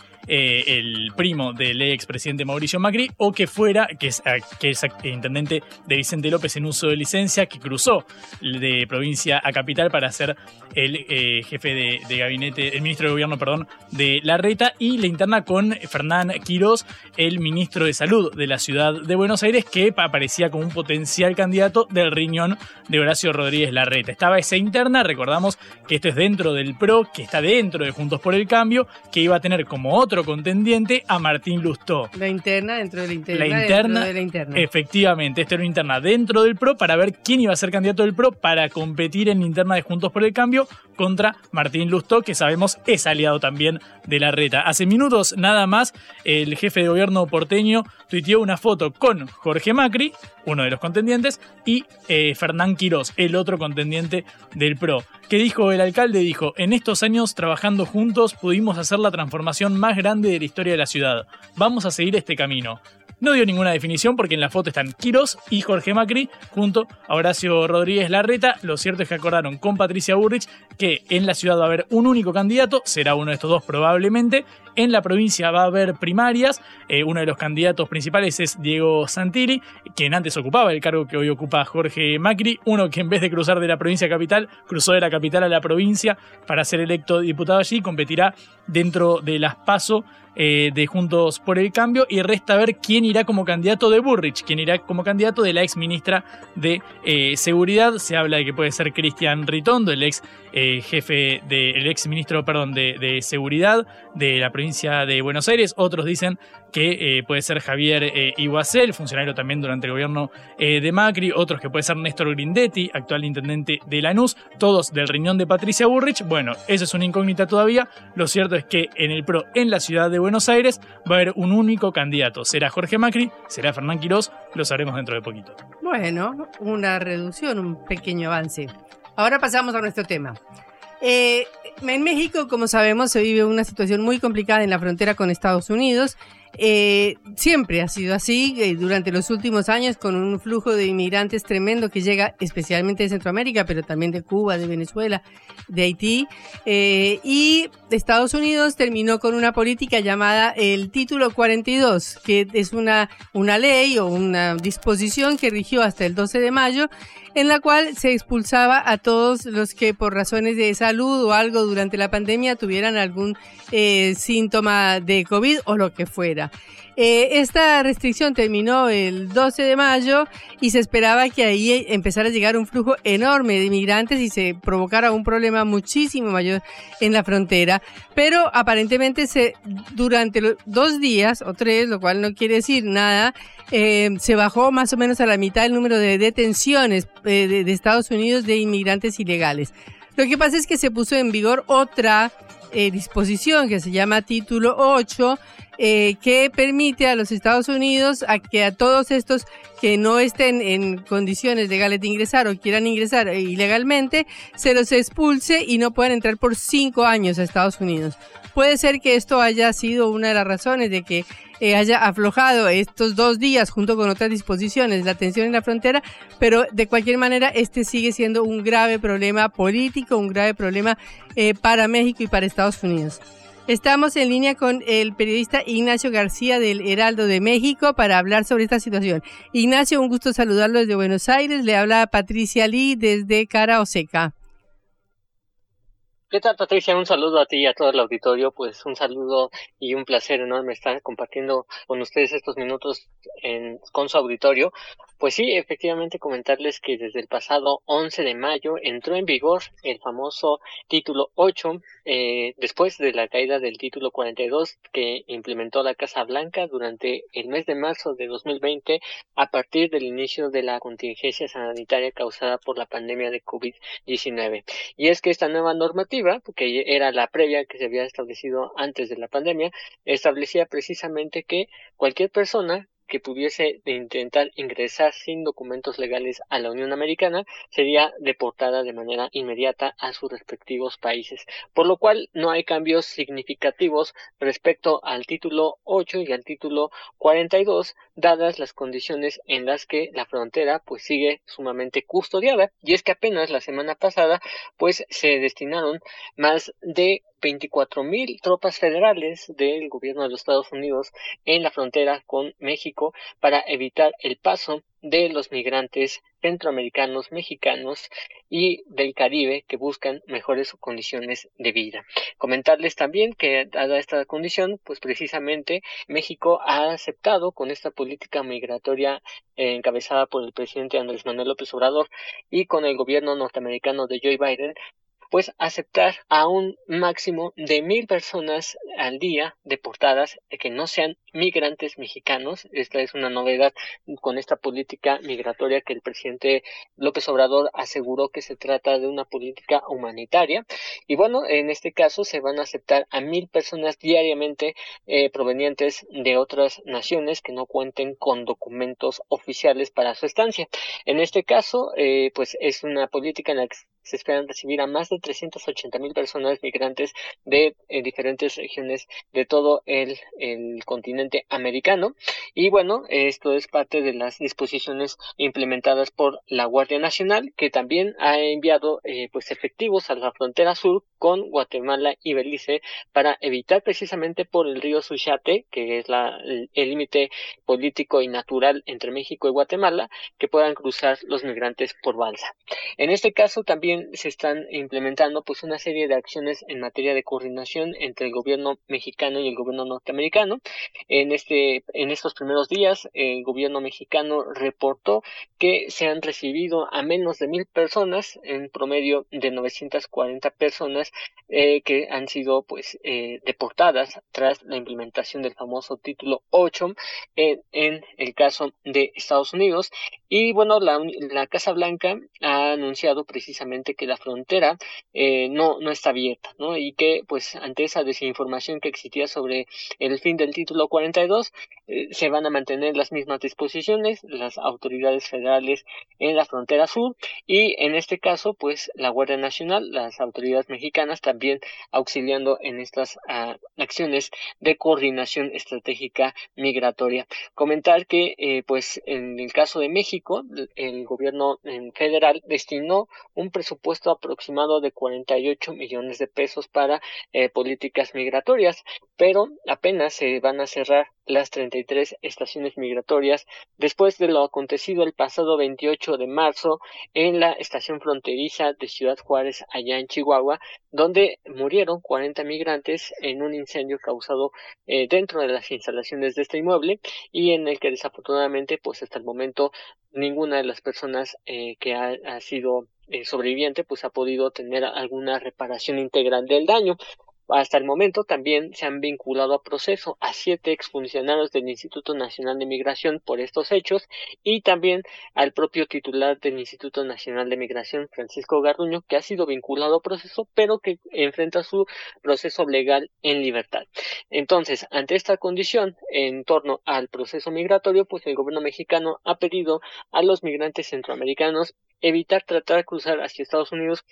el primo del expresidente Mauricio Macri, o que fuera, que es intendente de Vicente López en uso de licencia, que cruzó de provincia a capital para ser el jefe de gabinete, el ministro de gobierno, perdón, de Larreta, y la interna con Fernán Quirós, el ministro de Salud de la ciudad de Buenos Aires, que aparecía como un potencial candidato del riñón de Horacio Rodríguez Larreta. Estaba esa interna, recordamos que esto es dentro del PRO, que está dentro de Juntos por el Cambio, que iba a tener como otro contendiente a Martín Lustó. La interna dentro de la interna. Dentro de la interna. Efectivamente, esta era una interna dentro del PRO para ver quién iba a ser candidato del PRO para competir en la interna de Juntos por el Cambio contra Martín Lustó, que sabemos es aliado también de Larreta. Hace minutos nada más, el jefe de gobierno porteño tuiteó una foto con Jorge Macri, uno de los contendientes, y Fernán Quirós, el otro contendiente del PRO. ¿Qué dijo el alcalde? Dijo: en estos años trabajando juntos pudimos hacer la transformación más grande de la historia de la ciudad. Vamos a seguir este camino. No dio ninguna definición porque en la foto están Quirós y Jorge Macri junto a Horacio Rodríguez Larreta. Lo cierto es que acordaron con Patricia Bullrich que en la ciudad va a haber un único candidato, será uno de estos dos probablemente. En la provincia va a haber primarias. Uno de los candidatos principales es Diego Santilli, quien antes ocupaba el cargo que hoy ocupa Jorge Macri. Uno que en vez de cruzar de la provincia a capital, cruzó de la capital a la provincia para ser electo diputado allí. Competirá dentro de las PASO de Juntos por el Cambio, y resta ver quién irá como candidato de Bullrich, quién irá como candidato de la ex ministra de Seguridad. Se habla de que puede ser Cristian Ritondo, el ex ministro de Seguridad de la provincia de Buenos Aires. Otros dicen que puede ser Javier Iguacel, funcionario también durante el gobierno de Macri. Otros que puede ser Néstor Grindetti, actual intendente de Lanús, todos del riñón de Patricia Bullrich. Bueno, eso es una incógnita todavía. Lo cierto es que en el PRO, en la ciudad de Buenos Aires, va a haber un único candidato. Será Jorge Macri, será Fernán Quirós, lo sabremos dentro de poquito. Bueno, una reducción, un pequeño avance. Ahora pasamos a nuestro tema. En México, como sabemos, se vive una situación muy complicada en la frontera con Estados Unidos. Siempre ha sido así durante los últimos años, con un flujo de inmigrantes tremendo que llega especialmente de Centroamérica, pero también de Cuba, de Venezuela, de Haití, y Estados Unidos terminó con una política llamada el Título 42, que es una ley o una disposición que rigió hasta el 12 de mayo, en la cual se expulsaba a todos los que por razones de salud o algo durante la pandemia tuvieran algún síntoma de COVID o lo que fuera. Esta restricción terminó el 12 de mayo y se esperaba que ahí empezara a llegar un flujo enorme de inmigrantes y se provocara un problema muchísimo mayor en la frontera. Pero aparentemente durante los 2 días o 3, lo cual no quiere decir nada, se bajó más o menos a la mitad el número de detenciones de Estados Unidos de inmigrantes ilegales. Lo que pasa es que se puso en vigor otra disposición que se llama Título 8, que permite a los Estados Unidos a que a todos estos que no estén en condiciones legales de ingresar o quieran ingresar ilegalmente, se los expulse y no puedan entrar por 5 años a Estados Unidos. Puede ser que esto haya sido una de las razones de que haya aflojado estos 2 días junto con otras disposiciones la tensión en la frontera, pero de cualquier manera este sigue siendo un grave problema político, un grave problema para México y para Estados Unidos. Estamos en línea con el periodista Ignacio García del Heraldo de México para hablar sobre esta situación. Ignacio, un gusto saludarlo desde Buenos Aires. Le habla Patricia Lee desde Cara Oseca. ¿Qué tal, Patricia? Un saludo a ti y a todo el auditorio. Pues un saludo y un placer enorme estar compartiendo con ustedes estos minutos con su auditorio. Pues sí, efectivamente comentarles que desde el pasado 11 de mayo entró en vigor el famoso título 8, después de la caída del título 42 que implementó la Casa Blanca durante el mes de marzo de 2020 a partir del inicio de la contingencia sanitaria causada por la pandemia de COVID-19. Y es que esta nueva normativa, que era la previa que se había establecido antes de la pandemia, establecía precisamente que cualquier persona que pudiese intentar ingresar sin documentos legales a la Unión Americana sería deportada de manera inmediata a sus respectivos países, por lo cual no hay cambios significativos respecto al título 8 y al título 42, dadas las condiciones en las que la frontera pues sigue sumamente custodiada. Y es que apenas la semana pasada pues se destinaron más de 24,000 tropas federales del gobierno de los Estados Unidos en la frontera con México para evitar el paso de los migrantes centroamericanos, mexicanos y del Caribe que buscan mejores condiciones de vida. Comentarles también que dada esta condición, pues precisamente México ha aceptado con esta política migratoria encabezada por el presidente Andrés Manuel López Obrador y con el gobierno norteamericano de Joe Biden, pues aceptar a un máximo de 1,000 personas al día deportadas que no sean migrantes mexicanos. Esta es una novedad con esta política migratoria que el presidente López Obrador aseguró que se trata de una política humanitaria. Y bueno, en este caso se van a aceptar a 1,000 personas diariamente provenientes de otras naciones que no cuenten con documentos oficiales para su estancia. En este caso, pues es una política en la que se esperan recibir a más de 380,000 personas migrantes de diferentes regiones de todo el continente americano. Y bueno, esto es parte de las disposiciones implementadas por la Guardia Nacional, que también ha enviado pues efectivos a la frontera sur con Guatemala y Belice para evitar precisamente por el río Suchiate, que es el límite político y natural entre México y Guatemala, que puedan cruzar los migrantes por balsa. En este caso también se están implementando pues una serie de acciones en materia de coordinación entre el gobierno mexicano y el gobierno norteamericano. En estos primeros días, el gobierno mexicano reportó que se han recibido a menos de 1,000 personas, en promedio de 940 personas, que han sido pues deportadas tras la implementación del famoso título 8 en el caso de Estados Unidos. Y bueno, la Casa Blanca ha anunciado precisamente que la frontera no está abierta, ¿no? Y que pues ante esa desinformación que existía sobre el fin del título 42, se van a mantener las mismas disposiciones, las autoridades federales en la frontera sur, y en este caso pues la Guardia Nacional, las autoridades mexicanas también auxiliando en estas acciones de coordinación estratégica migratoria. Comentar que pues en el caso de México, el gobierno federal destinó un presupuesto aproximado de 48 millones de pesos para políticas migratorias, pero apenas se van a cerrar las 33 estaciones migratorias después de lo acontecido el pasado 28 de marzo en la estación fronteriza de Ciudad Juárez, allá en Chihuahua, donde murieron 40 migrantes en un incendio causado dentro de las instalaciones de este inmueble, y en el que desafortunadamente pues hasta el momento ninguna de las personas que ha sido sobreviviente pues ha podido tener alguna reparación integral del daño. Hasta el momento también se han vinculado a proceso a 7 exfuncionarios del Instituto Nacional de Migración por estos hechos y también al propio titular del Instituto Nacional de Migración, Francisco Garduño, que ha sido vinculado a proceso, pero que enfrenta su proceso legal en libertad. Entonces, ante esta condición, en torno al proceso migratorio, pues el gobierno mexicano ha pedido a los migrantes centroamericanos evitar tratar de cruzar hacia Estados Unidos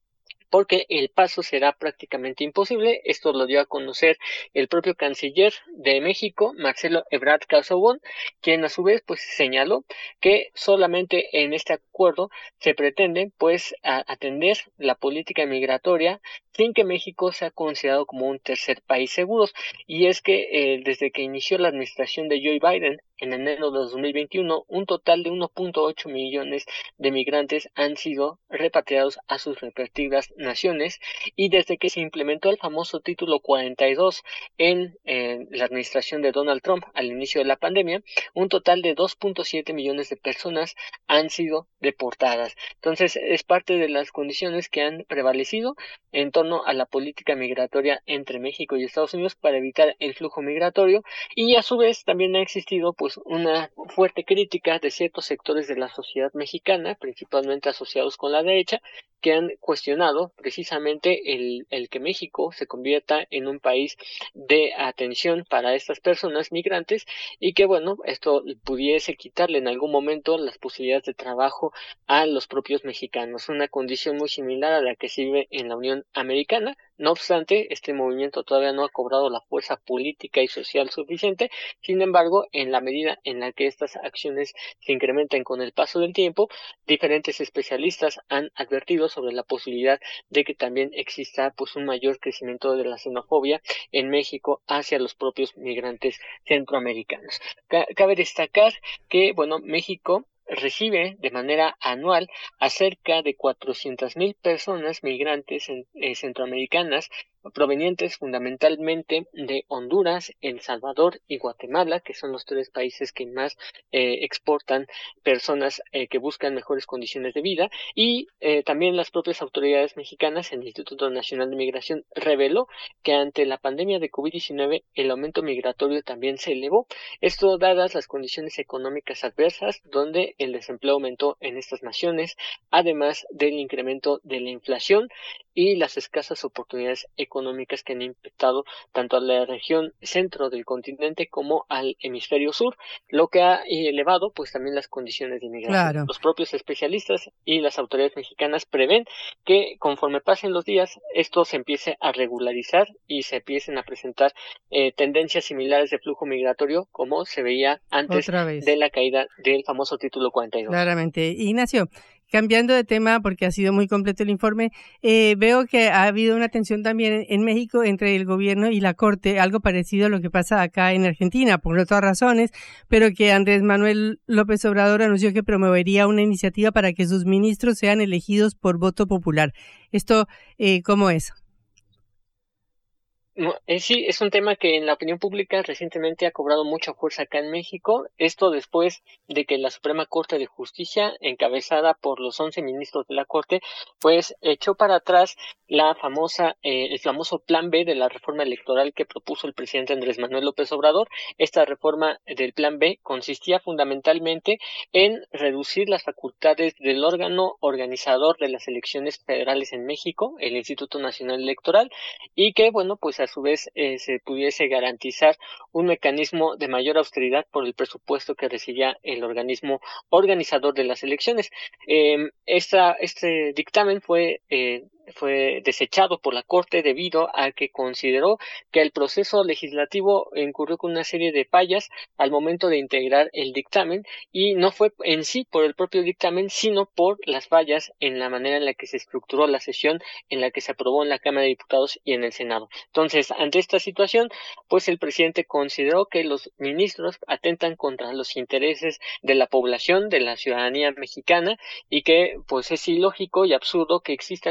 porque el paso será prácticamente imposible. Esto lo dio a conocer el propio canciller de México, Marcelo Ebrard Casaubon, quien a su vez pues señaló que solamente en este acuerdo se pretende pues atender la política migratoria sin que México sea considerado como un tercer país seguro. Y es que desde que inició la administración de Joe Biden en enero de 2021, un total de 1.8 millones de migrantes han sido repatriados a sus respectivas naciones, y desde que se implementó el famoso título 42 en la administración de Donald Trump al inicio de la pandemia, un total de 2.7 millones de personas han sido deportadas. Entonces es parte de las condiciones que han prevalecido en torno a la política migratoria entre México y Estados Unidos para evitar el flujo migratorio, y a su vez también ha existido pues una fuerte crítica de ciertos sectores de la sociedad mexicana, principalmente asociados con la derecha, que han cuestionado precisamente el que México se convierta en un país de atención para estas personas migrantes, y que bueno, esto pudiese quitarle en algún momento las posibilidades de trabajo a los propios mexicanos, una condición muy similar a la que se vive en la Unión Americana. No obstante, este movimiento todavía no ha cobrado la fuerza política y social suficiente. Sin embargo, en la medida en la que estas acciones se incrementan con el paso del tiempo, diferentes especialistas han advertido sobre la posibilidad de que también exista pues un mayor crecimiento de la xenofobia en México hacia los propios migrantes centroamericanos. Cabe destacar que bueno, México recibe de manera anual a cerca de 400,000 personas migrantes centroamericanas provenientes fundamentalmente de Honduras, El Salvador y Guatemala, que son los 3 países que más exportan personas que buscan mejores condiciones de vida. Y también las propias autoridades mexicanas, el Instituto Nacional de Migración, reveló que ante la pandemia de COVID-19 el aumento migratorio también se elevó. Esto dadas las condiciones económicas adversas, donde el desempleo aumentó en estas naciones, además del incremento de la inflación y las escasas oportunidades económicas que han impactado tanto a la región centro del continente como al hemisferio sur, lo que ha elevado pues también las condiciones de inmigración. Claro. Los propios especialistas y las autoridades mexicanas prevén que conforme pasen los días esto se empiece a regularizar y se empiecen a presentar tendencias similares de flujo migratorio como se veía antes de la caída del famoso título 42. Claramente. Ignacio, cambiando de tema, porque ha sido muy completo el informe, veo que ha habido una tensión también en México entre el gobierno y la Corte, algo parecido a lo que pasa acá en Argentina, por otras razones, pero que Andrés Manuel López Obrador anunció que promovería una iniciativa para que sus ministros sean elegidos por voto popular. ¿Esto cómo es? Sí, es un tema que en la opinión pública recientemente ha cobrado mucha fuerza acá en México. Esto después de que la Suprema Corte de Justicia, encabezada por los 11 ministros de la Corte, pues echó para atrás el famoso Plan B de la reforma electoral que propuso el presidente Andrés Manuel López Obrador. Esta reforma del Plan B consistía fundamentalmente en reducir las facultades del órgano organizador de las elecciones federales en México, el Instituto Nacional Electoral, y que, bueno, pues a su vez se pudiese garantizar un mecanismo de mayor austeridad por el presupuesto que recibía el organismo organizador de las elecciones. Este dictamen fue desechado por la Corte debido a que consideró que el proceso legislativo incurrió con una serie de fallas al momento de integrar el dictamen, y no fue en sí por el propio dictamen, sino por las fallas en la manera en la que se estructuró la sesión en la que se aprobó en la Cámara de Diputados y en el Senado. Entonces, ante esta situación, pues el presidente consideró que los ministros atentan contra los intereses de la población, de la ciudadanía mexicana, y que pues es ilógico y absurdo que existan ministros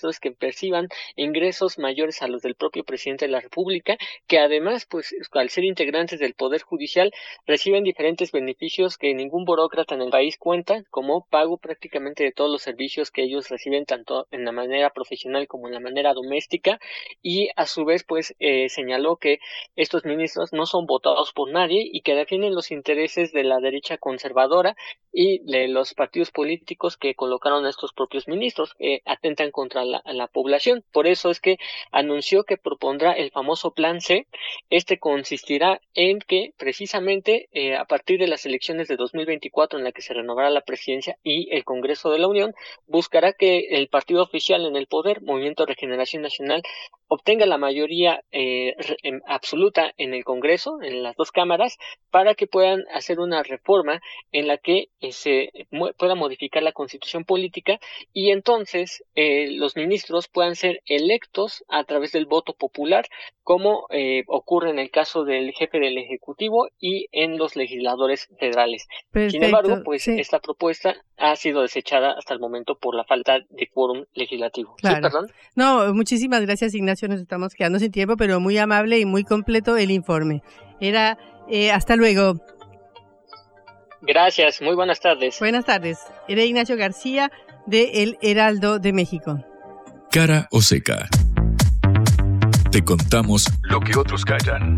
ministros que perciban ingresos mayores a los del propio presidente de la República, que además, pues, al ser integrantes del Poder Judicial, reciben diferentes beneficios que ningún burócrata en el país cuenta, como pago prácticamente de todos los servicios que ellos reciben, tanto en la manera profesional como en la manera doméstica, y a su vez, pues, señaló que estos ministros no son votados por nadie y que defienden los intereses de la derecha conservadora y de los partidos políticos que colocaron a estos propios ministros, que atentan contra la población. Por eso es que anunció que propondrá el famoso Plan C. Este consistirá en que precisamente a partir de las elecciones de 2024, en la que se renovará la presidencia y el Congreso de la Unión, buscará que el partido oficial en el poder, Movimiento de Regeneración Nacional, obtenga la mayoría absoluta en el Congreso, en las dos cámaras, para que puedan hacer una reforma en la que se pueda modificar la Constitución política y entonces los ministros puedan ser electos a través del voto popular, como ocurre en el caso del jefe del Ejecutivo y en los legisladores federales. Perfecto, sin embargo, pues sí. Esta propuesta ha sido desechada hasta el momento por la falta de quórum legislativo. Claro. ¿Sí, perdón? No, muchísimas gracias, Ignacio. Nos estamos quedando sin tiempo, pero muy amable y muy completo el informe. Hasta luego. Gracias, muy buenas tardes. Buenas tardes. Era Ignacio García de El Heraldo de México. Cara o seca. Te contamos lo que otros callan.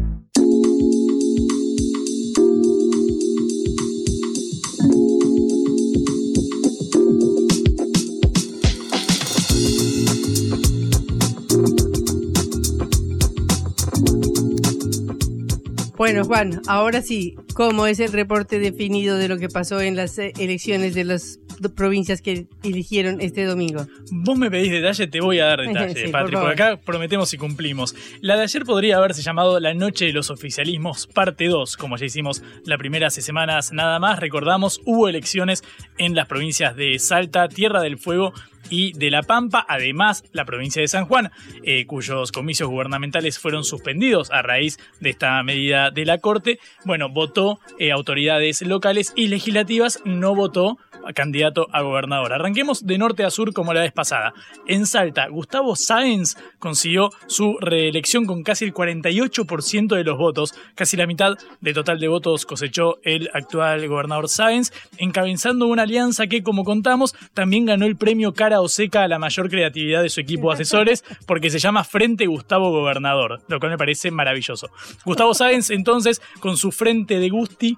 Bueno, Juan, ahora sí, ¿cómo es el reporte definido de lo que pasó en las elecciones de las provincias que eligieron este domingo? Vos me pedís detalle, te voy a dar detalle, Sí, Patri, por porque acá prometemos y cumplimos. La de ayer podría haberse llamado La Noche de los Oficialismos, parte 2, como ya hicimos la primera hace semanas nada más. Recordamos, hubo elecciones en las provincias de Salta, Tierra del Fuego y de La Pampa, además la provincia de San Juan, cuyos comicios gubernamentales fueron suspendidos a raíz de esta medida de la Corte. Bueno, votó autoridades locales y legislativas, no votó a candidato a gobernador. Arranquemos de norte a sur como la vez pasada. En Salta, Gustavo Sáenz consiguió su reelección con casi el 48% de los votos, casi la mitad del total de votos cosechó el actual gobernador Sáenz, encabezando una alianza que, como contamos, también ganó el premio Cara o Seca a la mayor creatividad de su equipo de asesores, porque se llama Frente Gustavo Gobernador, lo cual me parece maravilloso. Gustavo Sáenz, entonces, con su Frente de Gusti,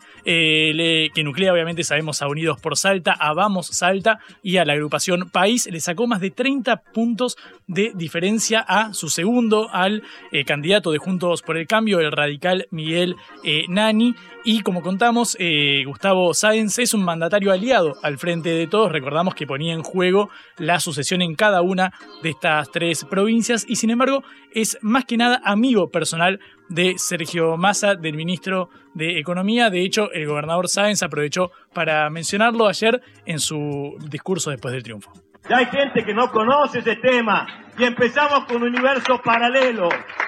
que nuclea, obviamente, sabemos, a Unidos por Salta, a Vamos Salta y a la agrupación País, le sacó más de 30 puntos de diferencia a su segundo, al candidato de Juntos por el Cambio, el radical Miguel Nani. Y como contamos, Gustavo Sáenz es un mandatario aliado al Frente de Todos. Recordamos que ponía en juego la sucesión en cada una de estas tres provincias y, sin embargo, es más que nada amigo personal de Sergio Massa, del ministro de Economía. De hecho, el gobernador Sáenz aprovechó para mencionarlo ayer en su discurso después del triunfo. Ya hay gente que no conoce ese tema y empezamos con un universo paralelo.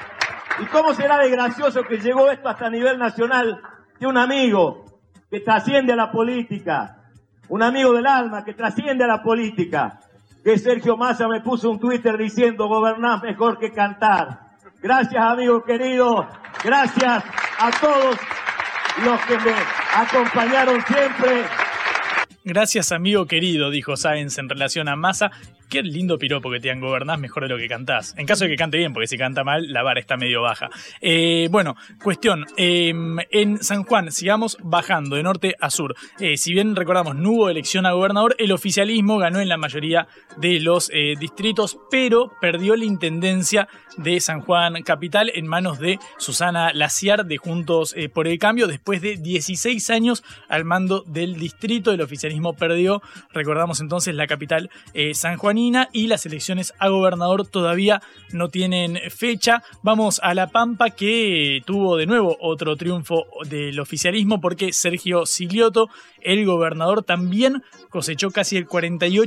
¿Y cómo será de gracioso que llegó esto hasta a nivel nacional? Que un amigo que trasciende a la política, un amigo del alma que trasciende a la política, que Sergio Massa me puso un Twitter diciendo: gobernás mejor que cantar. Gracias, amigo querido, gracias a todos los que me acompañaron siempre. Gracias, amigo querido, dijo Sáenz en relación a Massa. Qué lindo piropo que te digan: gobernás mejor de lo que cantás. En caso de que cante bien, porque si canta mal, la vara está medio baja. Bueno, cuestión. En San Juan, sigamos bajando de norte a sur. Si bien recordamos, no hubo elección a gobernador, el oficialismo ganó en la mayoría de los distritos, pero perdió la intendencia de San Juan Capital en manos de Susana Laciar de Juntos por el Cambio. Después de 16 años al mando del distrito, el oficialismo perdió, recordamos entonces, la capital sanjuanina, y las elecciones a gobernador todavía no tienen fecha. Vamos a La Pampa, que tuvo de nuevo otro triunfo del oficialismo, porque Sergio Sigliotto, el gobernador, también cosechó casi el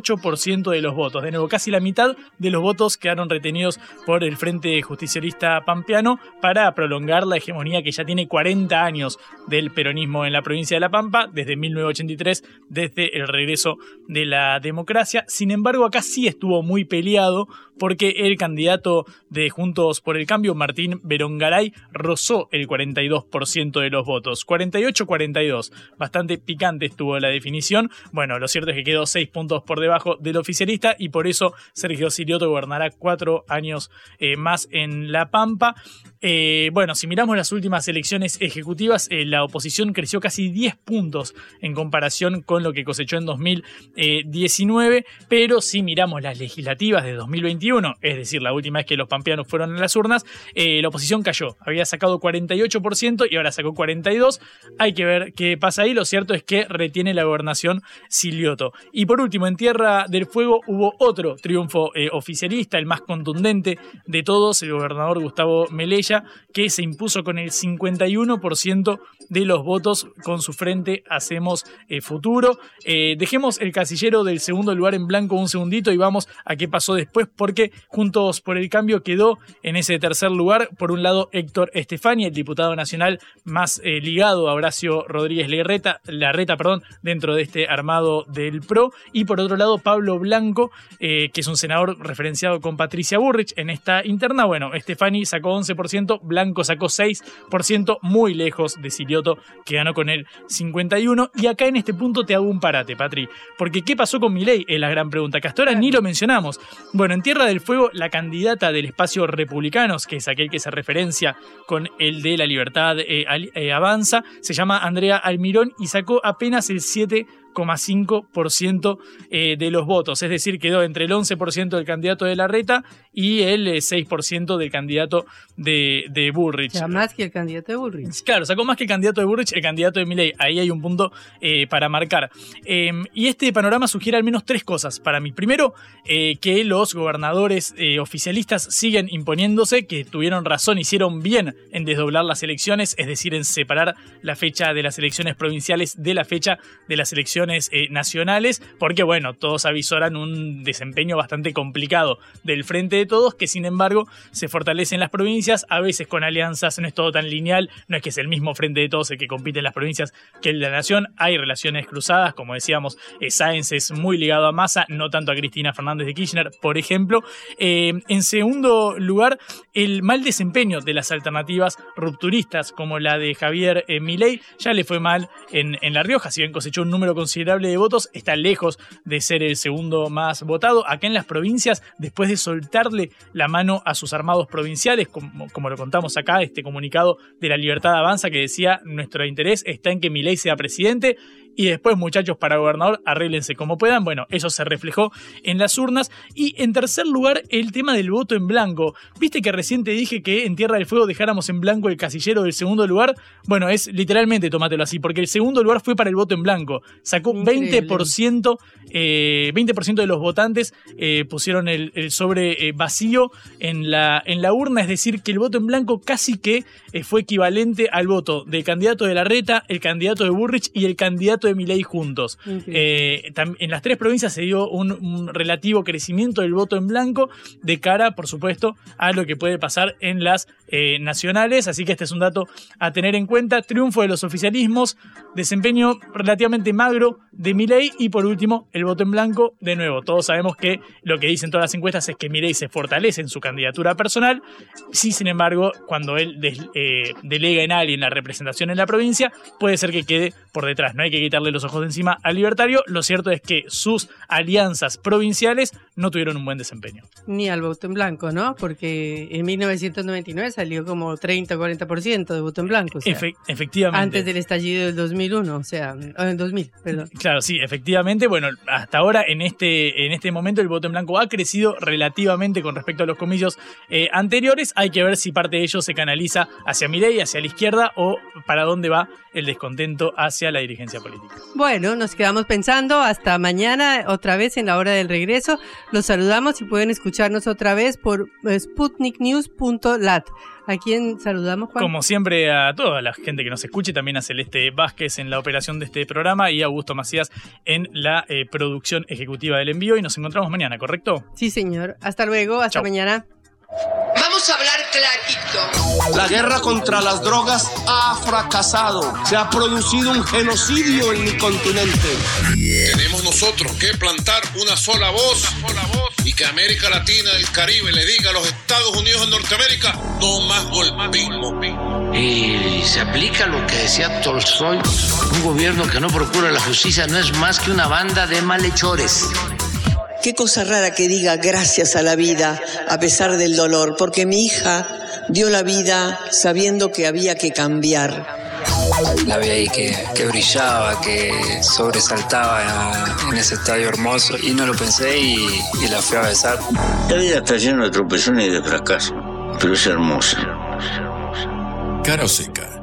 48% de los votos. De nuevo, casi la mitad de los votos quedaron retenidos por el Frente Justicialista Pampeano para prolongar la hegemonía que ya tiene 40 años del peronismo en la provincia de La Pampa, desde 1983, desde el regreso de la democracia. Sin embargo, acá sí sí estuvo muy peleado porque el candidato de Juntos por el Cambio, Martín Berongaray, rozó el 42% de los votos. 48-42. Bastante picante estuvo la definición. Bueno, lo cierto es que quedó 6 puntos por debajo del oficialista y por eso Sergio Silioto gobernará 4 años más en La Pampa. Bueno, si miramos las últimas elecciones ejecutivas, la oposición creció casi 10 puntos en comparación con lo que cosechó en 2019, pero si miramos las legislativas de 2021, es decir, la última vez que los pampeanos fueron a las urnas, la oposición cayó. Había sacado 48% y ahora sacó 42%. Hay que ver qué pasa ahí. Lo cierto es que retiene la gobernación Silioto. Y por último, en Tierra del Fuego hubo otro triunfo oficialista, el más contundente de todos, el gobernador Gustavo Melella, que se impuso con el 51% de los votos con su frente Hacemos Futuro. Dejemos el casillero del segundo lugar en blanco un segundito y vamos a qué pasó después, porque Juntos por el Cambio quedó en ese tercer lugar. Por un lado, Héctor Estefani, el diputado nacional más ligado a Horacio Rodríguez Larreta, dentro de este armado del PRO. Y por otro lado, Pablo Blanco, que es un senador referenciado con Patricia Bullrich en esta interna. Bueno, Estefani sacó 11%, Blanco sacó 6%, muy lejos de Silioto, que ganó con el 51%. Y acá en este punto te hago un parate, Patri, porque ¿qué pasó con Milei? Es la gran pregunta, que hasta ahora ni lo mencionamos. Bueno, en Tierra del Fuego, la candidata del espacio Republicanos, que es aquel que se referencia con el de La Libertad Avanza, se llama Andrea Almirón y sacó apenas el 7,5% de los votos, es decir, quedó entre el 11% del candidato de Larreta y el 6% del candidato de Bullrich. O sea, más que el candidato de Bullrich. Claro, sacó más que el candidato de Bullrich, el candidato de Milei. Ahí hay un punto para marcar. Y este panorama sugiere al menos 3 cosas para mí. Primero, que los gobernadores oficialistas siguen imponiéndose, que tuvieron razón, hicieron bien en desdoblar las elecciones, es decir, en separar la fecha de las elecciones provinciales de la fecha de las elecciones nacionales, porque bueno, todos avisoran un desempeño bastante complicado del Frente de Todos, que sin embargo se fortalece en las provincias, a veces con alianzas, no es todo tan lineal, no es que es el mismo Frente de Todos el que compite en las provincias que el de la Nación, hay relaciones cruzadas, como decíamos, Sáenz es muy ligado a Massa, no tanto a Cristina Fernández de Kirchner, por ejemplo. En segundo lugar, el mal desempeño de las alternativas rupturistas, como la de Javier Milei, ya le fue mal en La Rioja, si bien cosechó un número considerable de votos, está lejos de ser el segundo más votado. Acá en las provincias, después de soltarle la mano a sus armados provinciales, como lo contamos acá, este comunicado de La Libertad Avanza que decía: nuestro interés está en que Milei sea presidente, y después, muchachos, para gobernador, arréglense como puedan. Bueno, eso se reflejó en las urnas. Y en tercer lugar, el tema del voto en blanco. ¿Viste que recién te dije que en Tierra del Fuego dejáramos en blanco el casillero del segundo lugar? Bueno, es literalmente, tómatelo así, porque el segundo lugar fue para el voto en blanco. Sacó 20%, 20% de los votantes pusieron el sobre vacío en la urna, es decir, que el voto en blanco casi que fue equivalente al voto del candidato de Larreta, el candidato de Bullrich y el candidato de Milei juntos. En las 3 provincias se dio un relativo crecimiento del voto en blanco de cara, por supuesto, a lo que puede pasar en las nacionales, así que este es un dato a tener en cuenta. Triunfo de los oficialismos, desempeño relativamente magro de Milei y por último el voto en blanco. De nuevo, todos sabemos que lo que dicen todas las encuestas es que Milei se fortalece en su candidatura personal. Sí, sin embargo, cuando él delega en alguien la representación en la provincia, puede ser que quede por detrás. No hay que quitarle los ojos de encima al libertario. Lo cierto es que sus alianzas provinciales no tuvieron un buen desempeño. Ni al voto en blanco, ¿no? Porque en 1999 salió como 30 o 40% de voto en blanco. O sea, efectivamente. Antes del estallido del 2001, o sea, en 2000, perdón. Claro, sí, efectivamente. Bueno, hasta ahora en este momento el voto en blanco ha crecido relativamente con respecto a los comicios anteriores. Hay que ver si parte de ello se canaliza hacia Milei, hacia la izquierda, o para dónde va el descontento hacia la dirigencia política. Bueno, nos quedamos pensando. Hasta mañana, otra vez en la hora del regreso. Los saludamos y pueden escucharnos otra vez por sputniknews.lat. ¿A quién saludamos, Juan? Como siempre, a toda la gente que nos escuche, también a Celeste Vázquez en la operación de este programa y a Augusto Macías en la producción ejecutiva del envío. Y nos encontramos mañana, ¿correcto? Sí, señor. Hasta luego, hasta mañana. Vamos a hablar clarito. La guerra contra las drogas ha fracasado. Se ha producido un genocidio en mi continente. Tenemos nosotros que plantar una sola voz. que América Latina, el Caribe, le diga a los Estados Unidos de Norteamérica, no más golpismo. Y se aplica lo que decía Tolstoy, un gobierno que no procura la justicia no es más que una banda de malhechores. Qué cosa rara que diga gracias a la vida a pesar del dolor, porque mi hija dio la vida sabiendo que había que cambiar. La vi ahí que brillaba, que sobresaltaba en ese estadio hermoso y no lo pensé y la fui a besar. La vida está llena de tropezones y de fracasos, pero es hermosa. Cara o Seca.